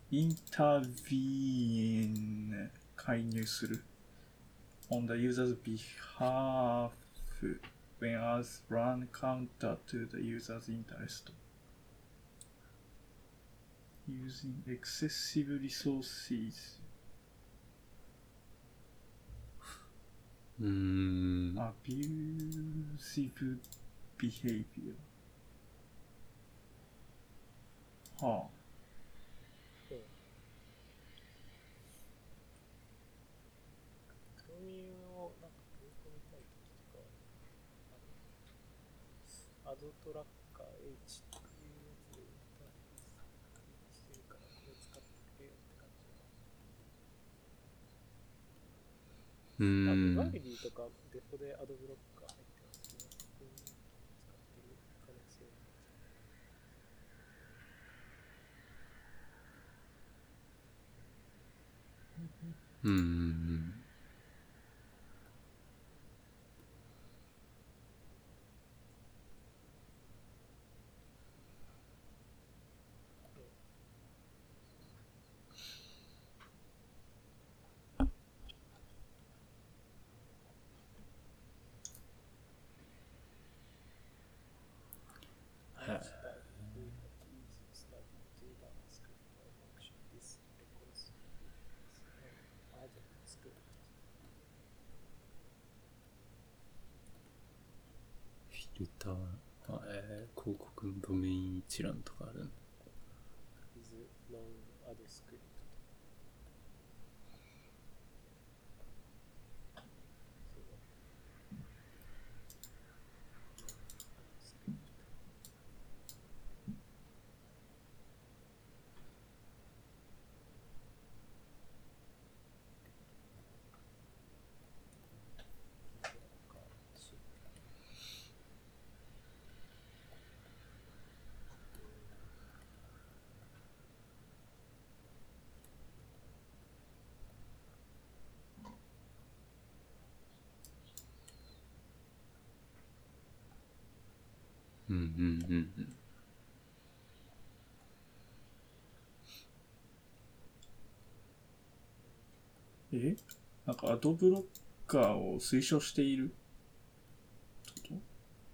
intervene 介入する on the user's behalf when ads run counter to the user's interest using excessive resources. Abusive behavior. はあ。 組をなんか組み込みたいときとか、アドトラッカー H っていうやつでインターフェースしてるから、これ使ってくれよって感じだな。バイリーとかデフォでアドブロッカー入ってますけど、ここに使ってる可能性は。 フィルター、広告のドメイン一覧とかあるんだ。 is non-add script。 うんうんうんなんかアドブロッカーを推奨しているってこ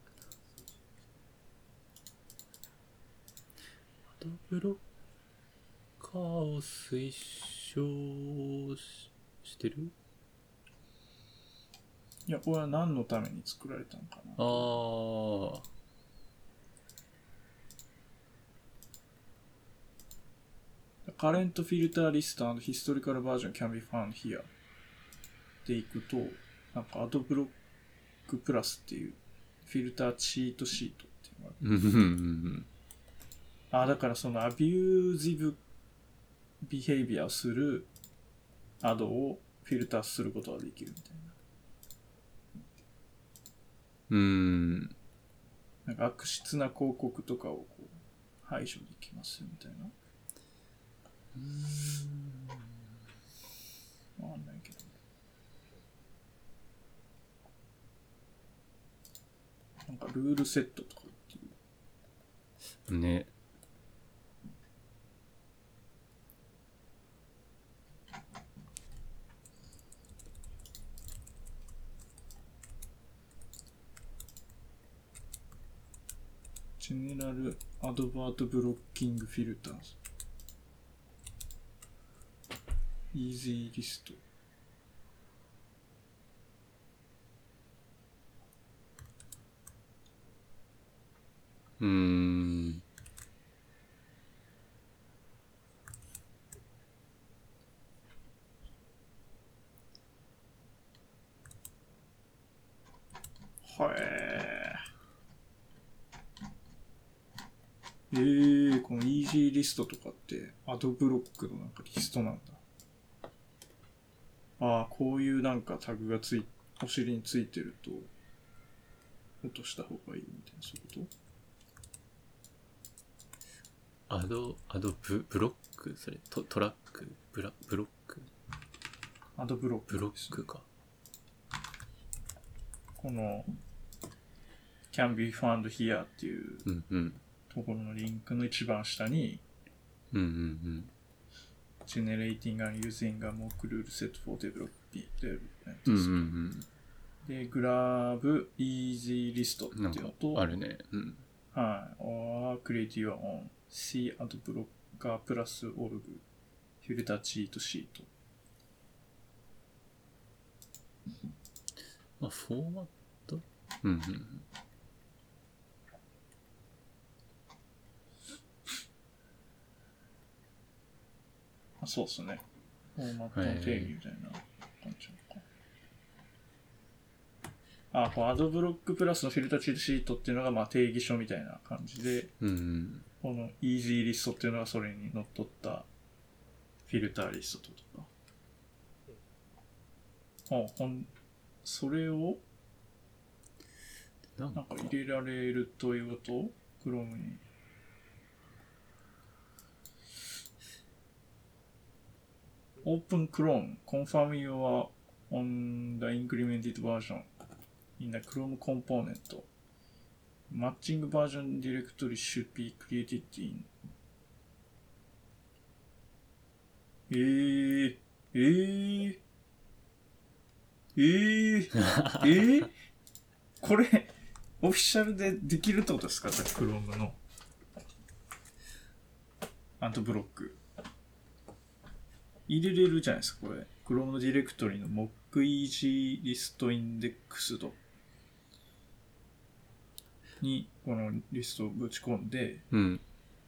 アドブロッカーを推奨してる？ と？いや、これは何のために作られたのかな。 ああ。 Current filter list and historical version can be found here でいくと、なんかアドブロックプラスっていうフィルターチートシートっていうのがある。 うんうんうん。 だからそのアビュージブビヘイビアをするアドをフィルターすることができるみたいな。なんか悪質な広告とかをこう排除できますよみたいな。わかんないけど。なんかルールセットとかっていう。 ね。 ジェネラルアドバートブロッキングフィルターズ。イージーリスト。このイージーリストとかってアドブロックのなんかリストなんだ。こういうなんかタグがお尻についてると落とした方がいいみたいな、そういうこブロック、それトラックブロック、 と？アドブロック、 ブロックか。 この can be found here っていうところのリンクの一番下に、generating and using a mock rule set for development で、グラブ easy list っていうのと、 あるね。 はい。or create your own C アドブロッカープラスオルグフィルターチートシート。 フォーマット？ そうっすね。フォーマットの定義みたいな感じか。このアドブロックプラスのフィルターチートシートっていうのがまあ定義書みたいな感じで、このイージーリストっていうのがそれにのっとったフィルターリストとか。それをなんか入れられるということ？ Chrome に。Open Chrome, confirm you are on the incremented version in the Chrome component. Matching version directory should be created in. これ、オフィシャルでできるってことですか？ Chrome のアントブロック。入れれるじゃないですか、これ。Chrome のディレクトリの mock easy list index にこのリストをぶち込んで、 うん。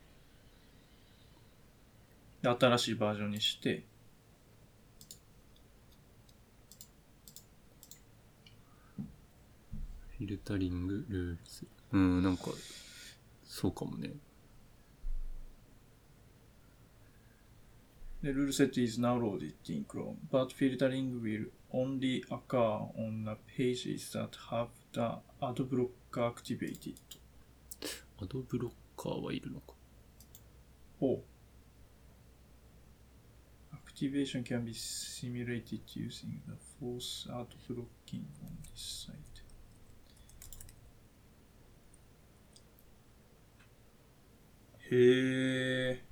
で新しいバージョンにして、 フィルタリングルールズ。うん、なんか、そうかもね。 The rule set is now loaded in Chrome, but filtering will only occur on the pages that have the ad blocker activated. アドブロッカーはいるのか。 Oh. Activation can be simulated using the force ad blocking on this site. へー。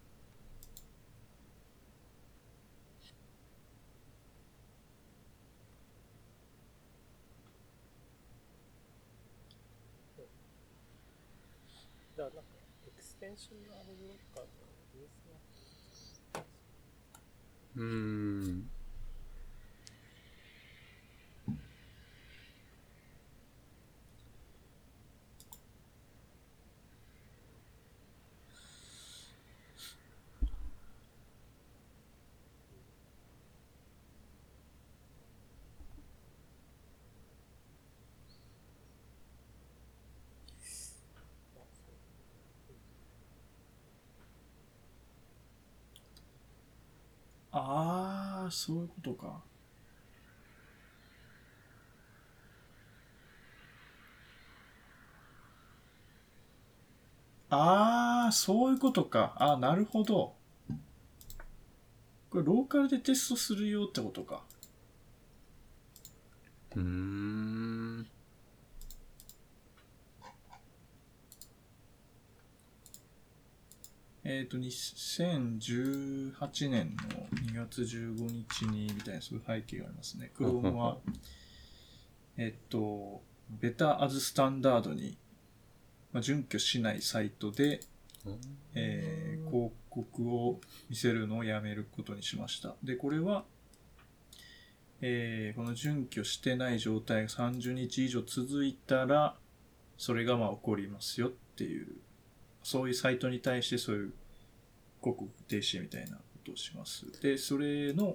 だからなんか、エクステンションのアドブロッカーとベースがあー、そういうことか。あー、そういうことか。あー、なるほど。これローカルでテストするよってことか。2018年の2月15日にみたいなそういう背景がありますね。Chrome は、ベタアズスタンダードに、準拠しないサイトで、広告を見せるのをやめることにしました。で、これは、この準拠してない状態が30日以上続いたら、それが起こりますよっていう、そういうサイトに対してそういう広告停止みたいなことをします。で、それの、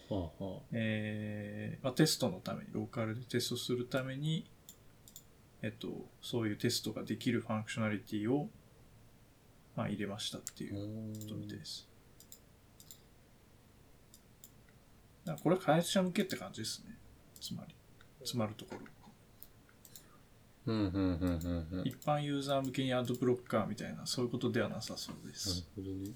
テストのために、ローカルでテストするために、そういうテストができるファンクショナリティを、入れましたっていうことみたいです。これは開発者向けって感じですね。つまるところ。一般ユーザー向けにアドブロッカーみたいな、そういうことではなさそうです。 なるほどね。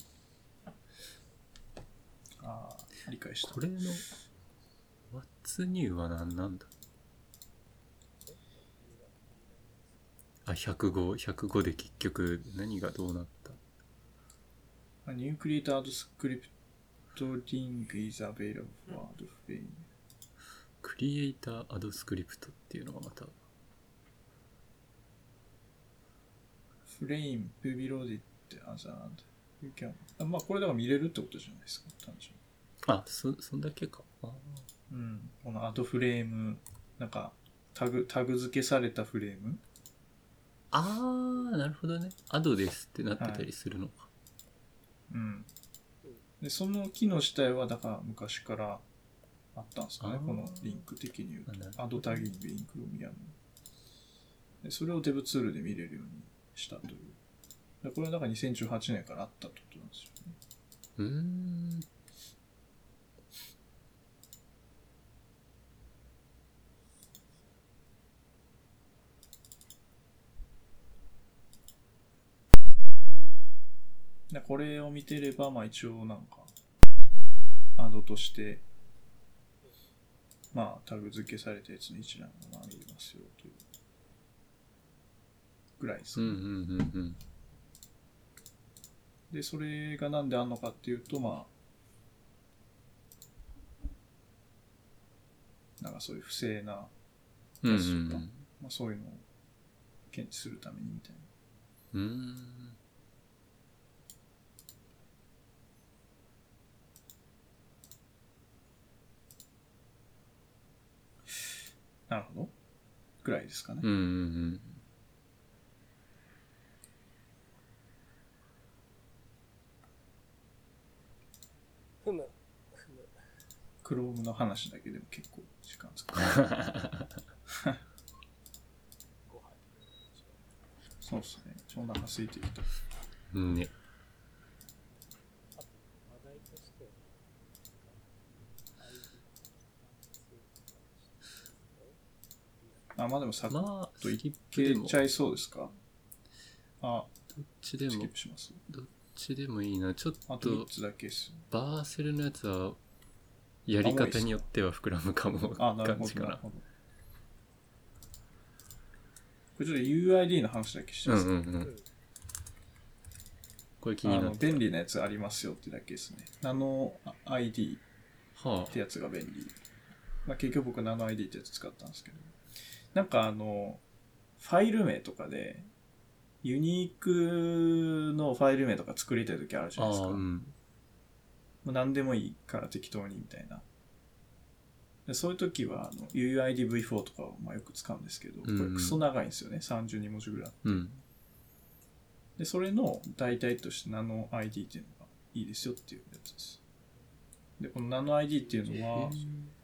ああ、理解した。 これの What's New は何なんだ。105で結局何がどうなった。 New Creator Script Link is available for Frame。 クリエイターアドスクリプトっていうのがまた。 Frame to be loaded as an you can。これだから見れるってことじゃないですか、単純に。 そんだけか。 このアドフレーム、なんかタグ付けされたフレーム。 なるほどね。アドですってなってたりするのか。 で、その機能自体はだから昔からあったんですかね、このリンク的に言うと。アドタギングインクロミアム。で、それをデブツールで見れるようにしたという。でこれはだから2018年からあったってことなんですよね。でこれを見てれば、一応なんか、アドとして、タグ付けされたやつの一覧が見れますよというぐらいですね。で、それがなんであんのかっていうと、なんかそういう不正なやつとか、そういうのを検知するためにみたいな。なるほど。ぐらいですかね。 Chrome の話だけでも結構時間使う。 ご飯そうっすね。お腹空いてきた。 ね。 あと話題としては、 あ、まあでもサクッまあ、 といスキップけでも、 ちゃいそうですか？あ、 どっちでもスキッ、プします。 どっちでもいいな。ちょっあと3 と、 つだけです。 バーセルのやつは、やり方によっては膨らむかもあ、なるほど、 感じかな。 なるほど。これちょっと UID の話だけしてうんます。 うん。これ気になって。 便利なやつありますよってだけですね。ナノ ID はってやつが便利。まあ、結局僕ナノ ID ってやつ使ったんですけど。なんかファイル名とかで、ユニークのファイル名とか作りたいときあるじゃないですか。 うん。 もう何でもいいから適当にみたいな。でそういうときはUIDv4 とかをまあよく使うんですけど、これクソ長いんですよね。32文字ぐらい。 うん。 で、それの代替としてナノ ID っていうのがいいですよっていうやつです。で、このナノ ID っていうのは、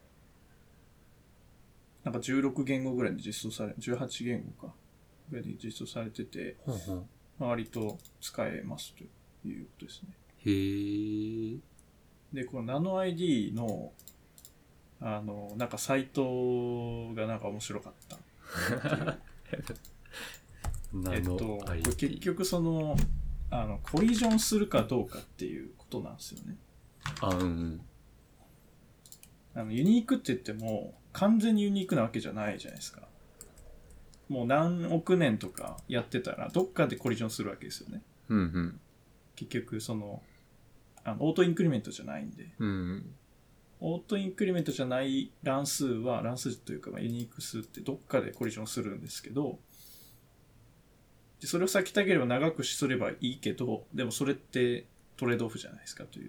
なんか16言語ぐらいで実装され、18言語か。ぐらいで実装されてて、 ほんほん。 割と使えますということですね。 へー。 で、このナノ ID の、なんかサイトがなんか面白かったっていう。これ結局その、コリジョンするかどうかっていうことなんですよね。 あ、うんうん。 ユニークって言っても、完全にユニークなわけじゃないじゃないですか。もう何億年とかやってたら、どっかでコリジョンするわけですよね。 うんうん。 結局、その、オートインクリメントじゃないんで。 うん。 オートインクリメントじゃない乱数というか、ユニーク数ってどっかでコリジョンするんですけど、でそれを先たければ長くすればいいけど、でもそれってトレードオフじゃないですかという。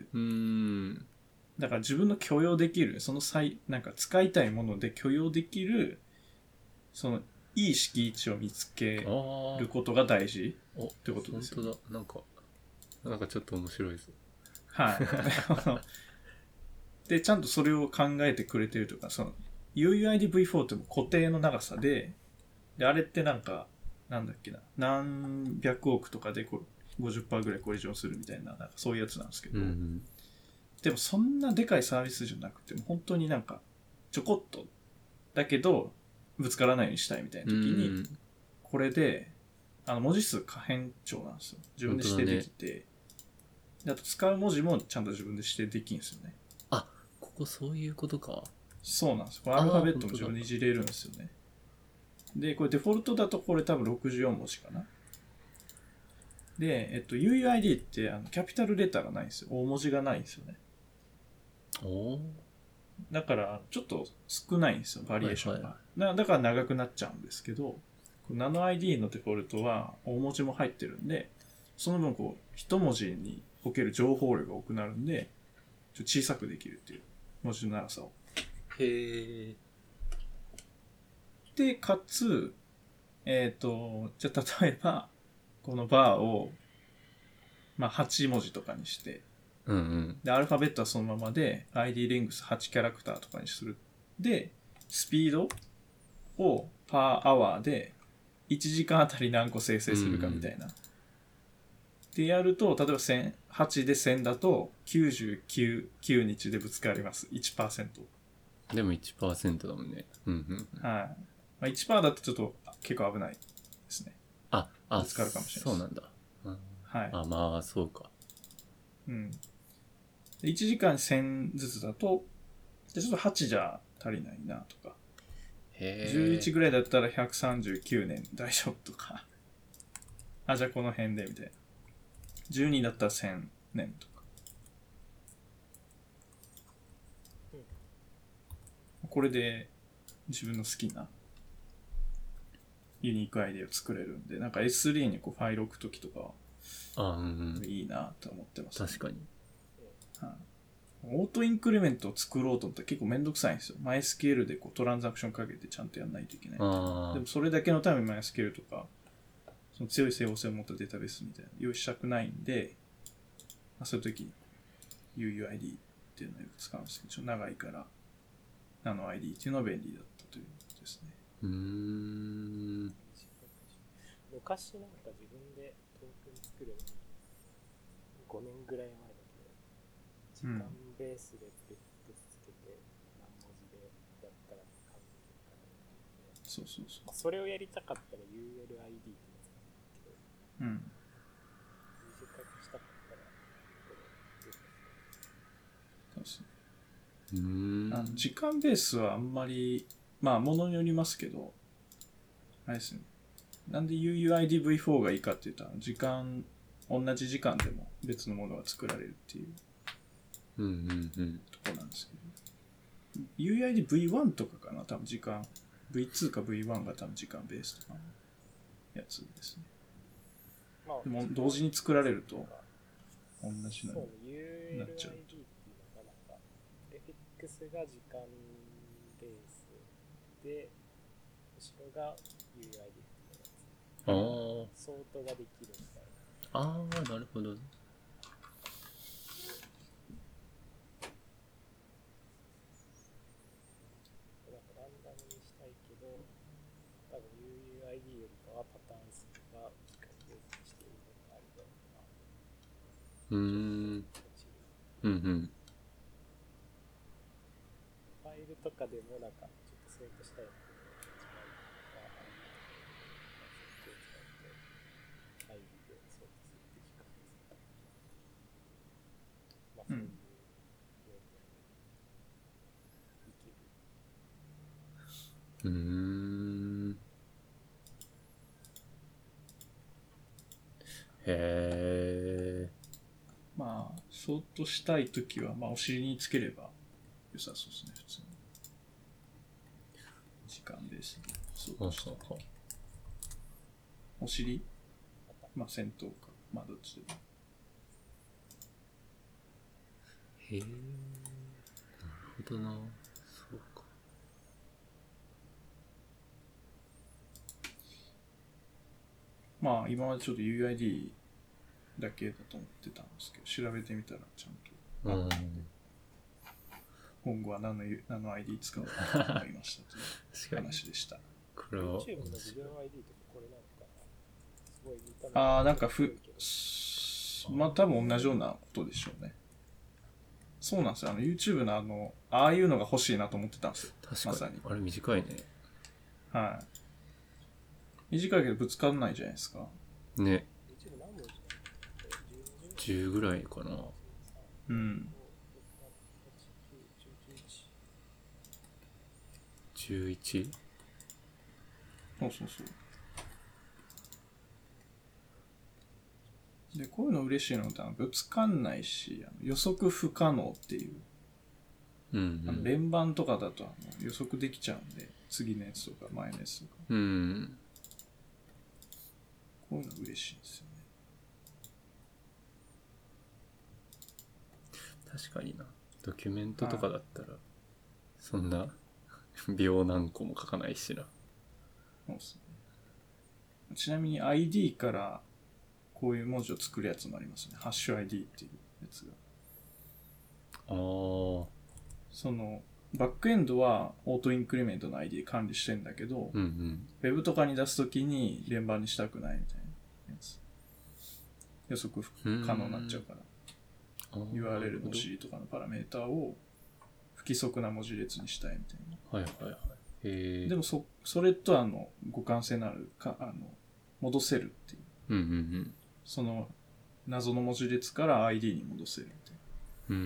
だから自分の許容できる、そのなんか使いたいもので許容できる、そのいい敷地を見つけることが大事ってことですよ、ね。 本当だ。なんかちょっと面白いです。 はい。で、ちゃんとそれを考えてくれてるとか、その UUIDv4 っても固定の長さで、あれってなんか、なんだっけな、何百億とかで50% ぐらいコリジョンするみたいな、なんかそういうやつなんですけど、でもそんなでかいサービスじゃなくても、本当になんか、ちょこっと、だけど、ぶつからないようにしたいみたいな時に、これで、文字数可変調なんですよ。自分で指定できて、あと使う文字もちゃんと自分で指定できるんですよね。 あ、ここそういうことか。 そうなんです。これアルファベットも自分でいじれるんですよね。で、これデフォルトだとこれ多分64文字かな。で、UUID ってキャピタルレターがないんですよ。大文字がないんですよね。だからちょっと少ないんですよ、バリエーションが。だから長くなっちゃうんですけど、ナノ ID のデフォルトは大文字も入ってるんで、その分一文字における情報量が多くなるんで、小さくできるっていう文字の長さを。 へー。 で、かつ、じゃあ例えば、このバーを、まあ、8文字とかにして、で、アルファベットはそのままで、ID レングス8キャラクターとかにする。で、スピードをパーアワーで、1時間あたり何個生成するかみたいな。でやると、例えば8で1000だと、99日でぶつかります。1%。 でも 1% だもんね。はい。 まあ、1% だとちょっと結構危ないですね。ぶつかるかもしれない。 そうなんだ。 はい。 まあ、そうか。 1時間1000ずつだと、ちょっと8じゃ足りないなとか。11ぐらいだったら139年大丈夫とか。じゃあこの辺でみたいな。12だったら1000年とか。これで自分の好きなユニークアイデアを作れるんで、なんか S3 にファイル置くときとかいいなと思ってます、 確かに。 オートインクリメントを作ろうと思ったら結構めんどくさいんですよ。MySQL でトランザクションかけてちゃんとやんないといけない。でもそれだけのために MySQL とか、その強い整合性を持ったデータベースみたいな用意したくないんで、そういう時に UUID っていうのをよく使うんですけど、ちょっと長いからナノ ID っていうのは便利だったということですね。 昔なんか自分でトークン作るのに5年ぐらい前だけど、時間ベースでプレフィックスつけて何文字でやったら完璧かなと思って、 そうそうそう。 それをやりたかったら ULID ってやつなんだけど、 うん。 短くしたかったらこれそうですね。時間ベースはあんまり、まあ、ものによりますけど、あれですね。なんで UUIDv4 がいいかって言ったら、同じ時間でも別のものが作られるっていうところなんですけど、UUIDv1 とかかな、多分時間、V2 か V1 が多分時間ベースとかのやつですね。 まあ、 でも同時に作られると同じのになっちゃう。 ULID っていうのがなんか、プレフィックスが時間ベースで、後ろが UUID っていうやつ。ソートができるみたいな。 なるほど。 なんかランダムにしたいけど、多分 UUID よりかはパターン数が機械ベースにしているのがあるだろうな。ファイルとかでもなんかちょっとセーブしたいなと思って、ID でソートするって時間です。まあそういうようにいける。 へー。 まあ、ソートしたいときは、まあ、お尻につければ良さそうですね、普通に。時間ベースでソートしたいとき。お尻まあ、先頭か。まあ、どっちでも。 へー。なるほどな。そうか。 まあ、今までちょっと UID だけだと思ってたんですけど、調べてみたらちゃんと。今後は何の ID 使おうと思いましたという話でした。 これは YouTube の自分 ID とかこれなのかな、すごい見た目なんかまあ多分同じようなことでしょうね。そうなんですよ。YouTube のああいうのが欲しいなと思ってたんですよ。 確かに。 まさに。 あれ短いね。 はい。短いけどぶつかんないじゃないですか。 ね。10ぐらいかな。 うん。 11？ そうそうそう。で、こういうの嬉しいのってぶつかんないし、予測不可能っていう。連番とかだと予測できちゃうんで、次のやつとか前のやつとか。こういうの嬉しいんですよね。 確かにな。ドキュメントとかだったら、そんな秒何個も書かないしな。 そうですね。ちなみに ID からこういう文字を作るやつもありますね。ハッシュ ID っていうやつが。そのバックエンドはオートインクリメントの ID で管理してんだけど、ウェブとかに出すときに連番にしたくないみたいなやつ。予測不可能になっちゃうから。URL の C とかのパラメータを不規則な文字列にしたいみたいな。でもそれと互換性のある戻せるっていう。その謎の文字列から ID に戻せるみたいな。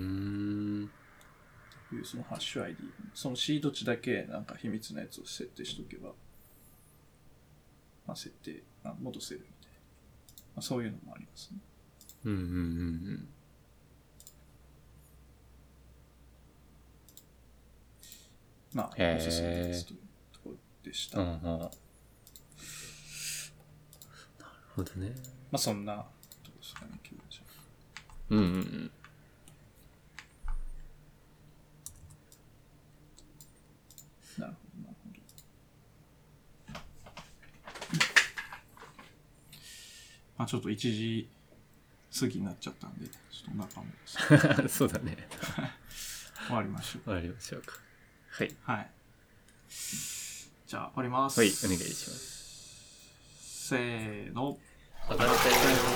いうそのハッシュ ID。その C どっちだけなんか秘密なやつを設定しておけば、まあ、戻せるみたいな。まあ、そういうのもありますね。まあ、おすすめですというところでした。なるほどね。 まあ、そんなとこですかね、今日じゃ。なるほど、なるほど。まあ、ちょっと1時次になっちゃったんで、ちょっと中もそうだね。 終わりましょう。 終わりましょうか。はい。 はい。じゃあ終わります。 はい、お願いします。 せーの。 上がったよ。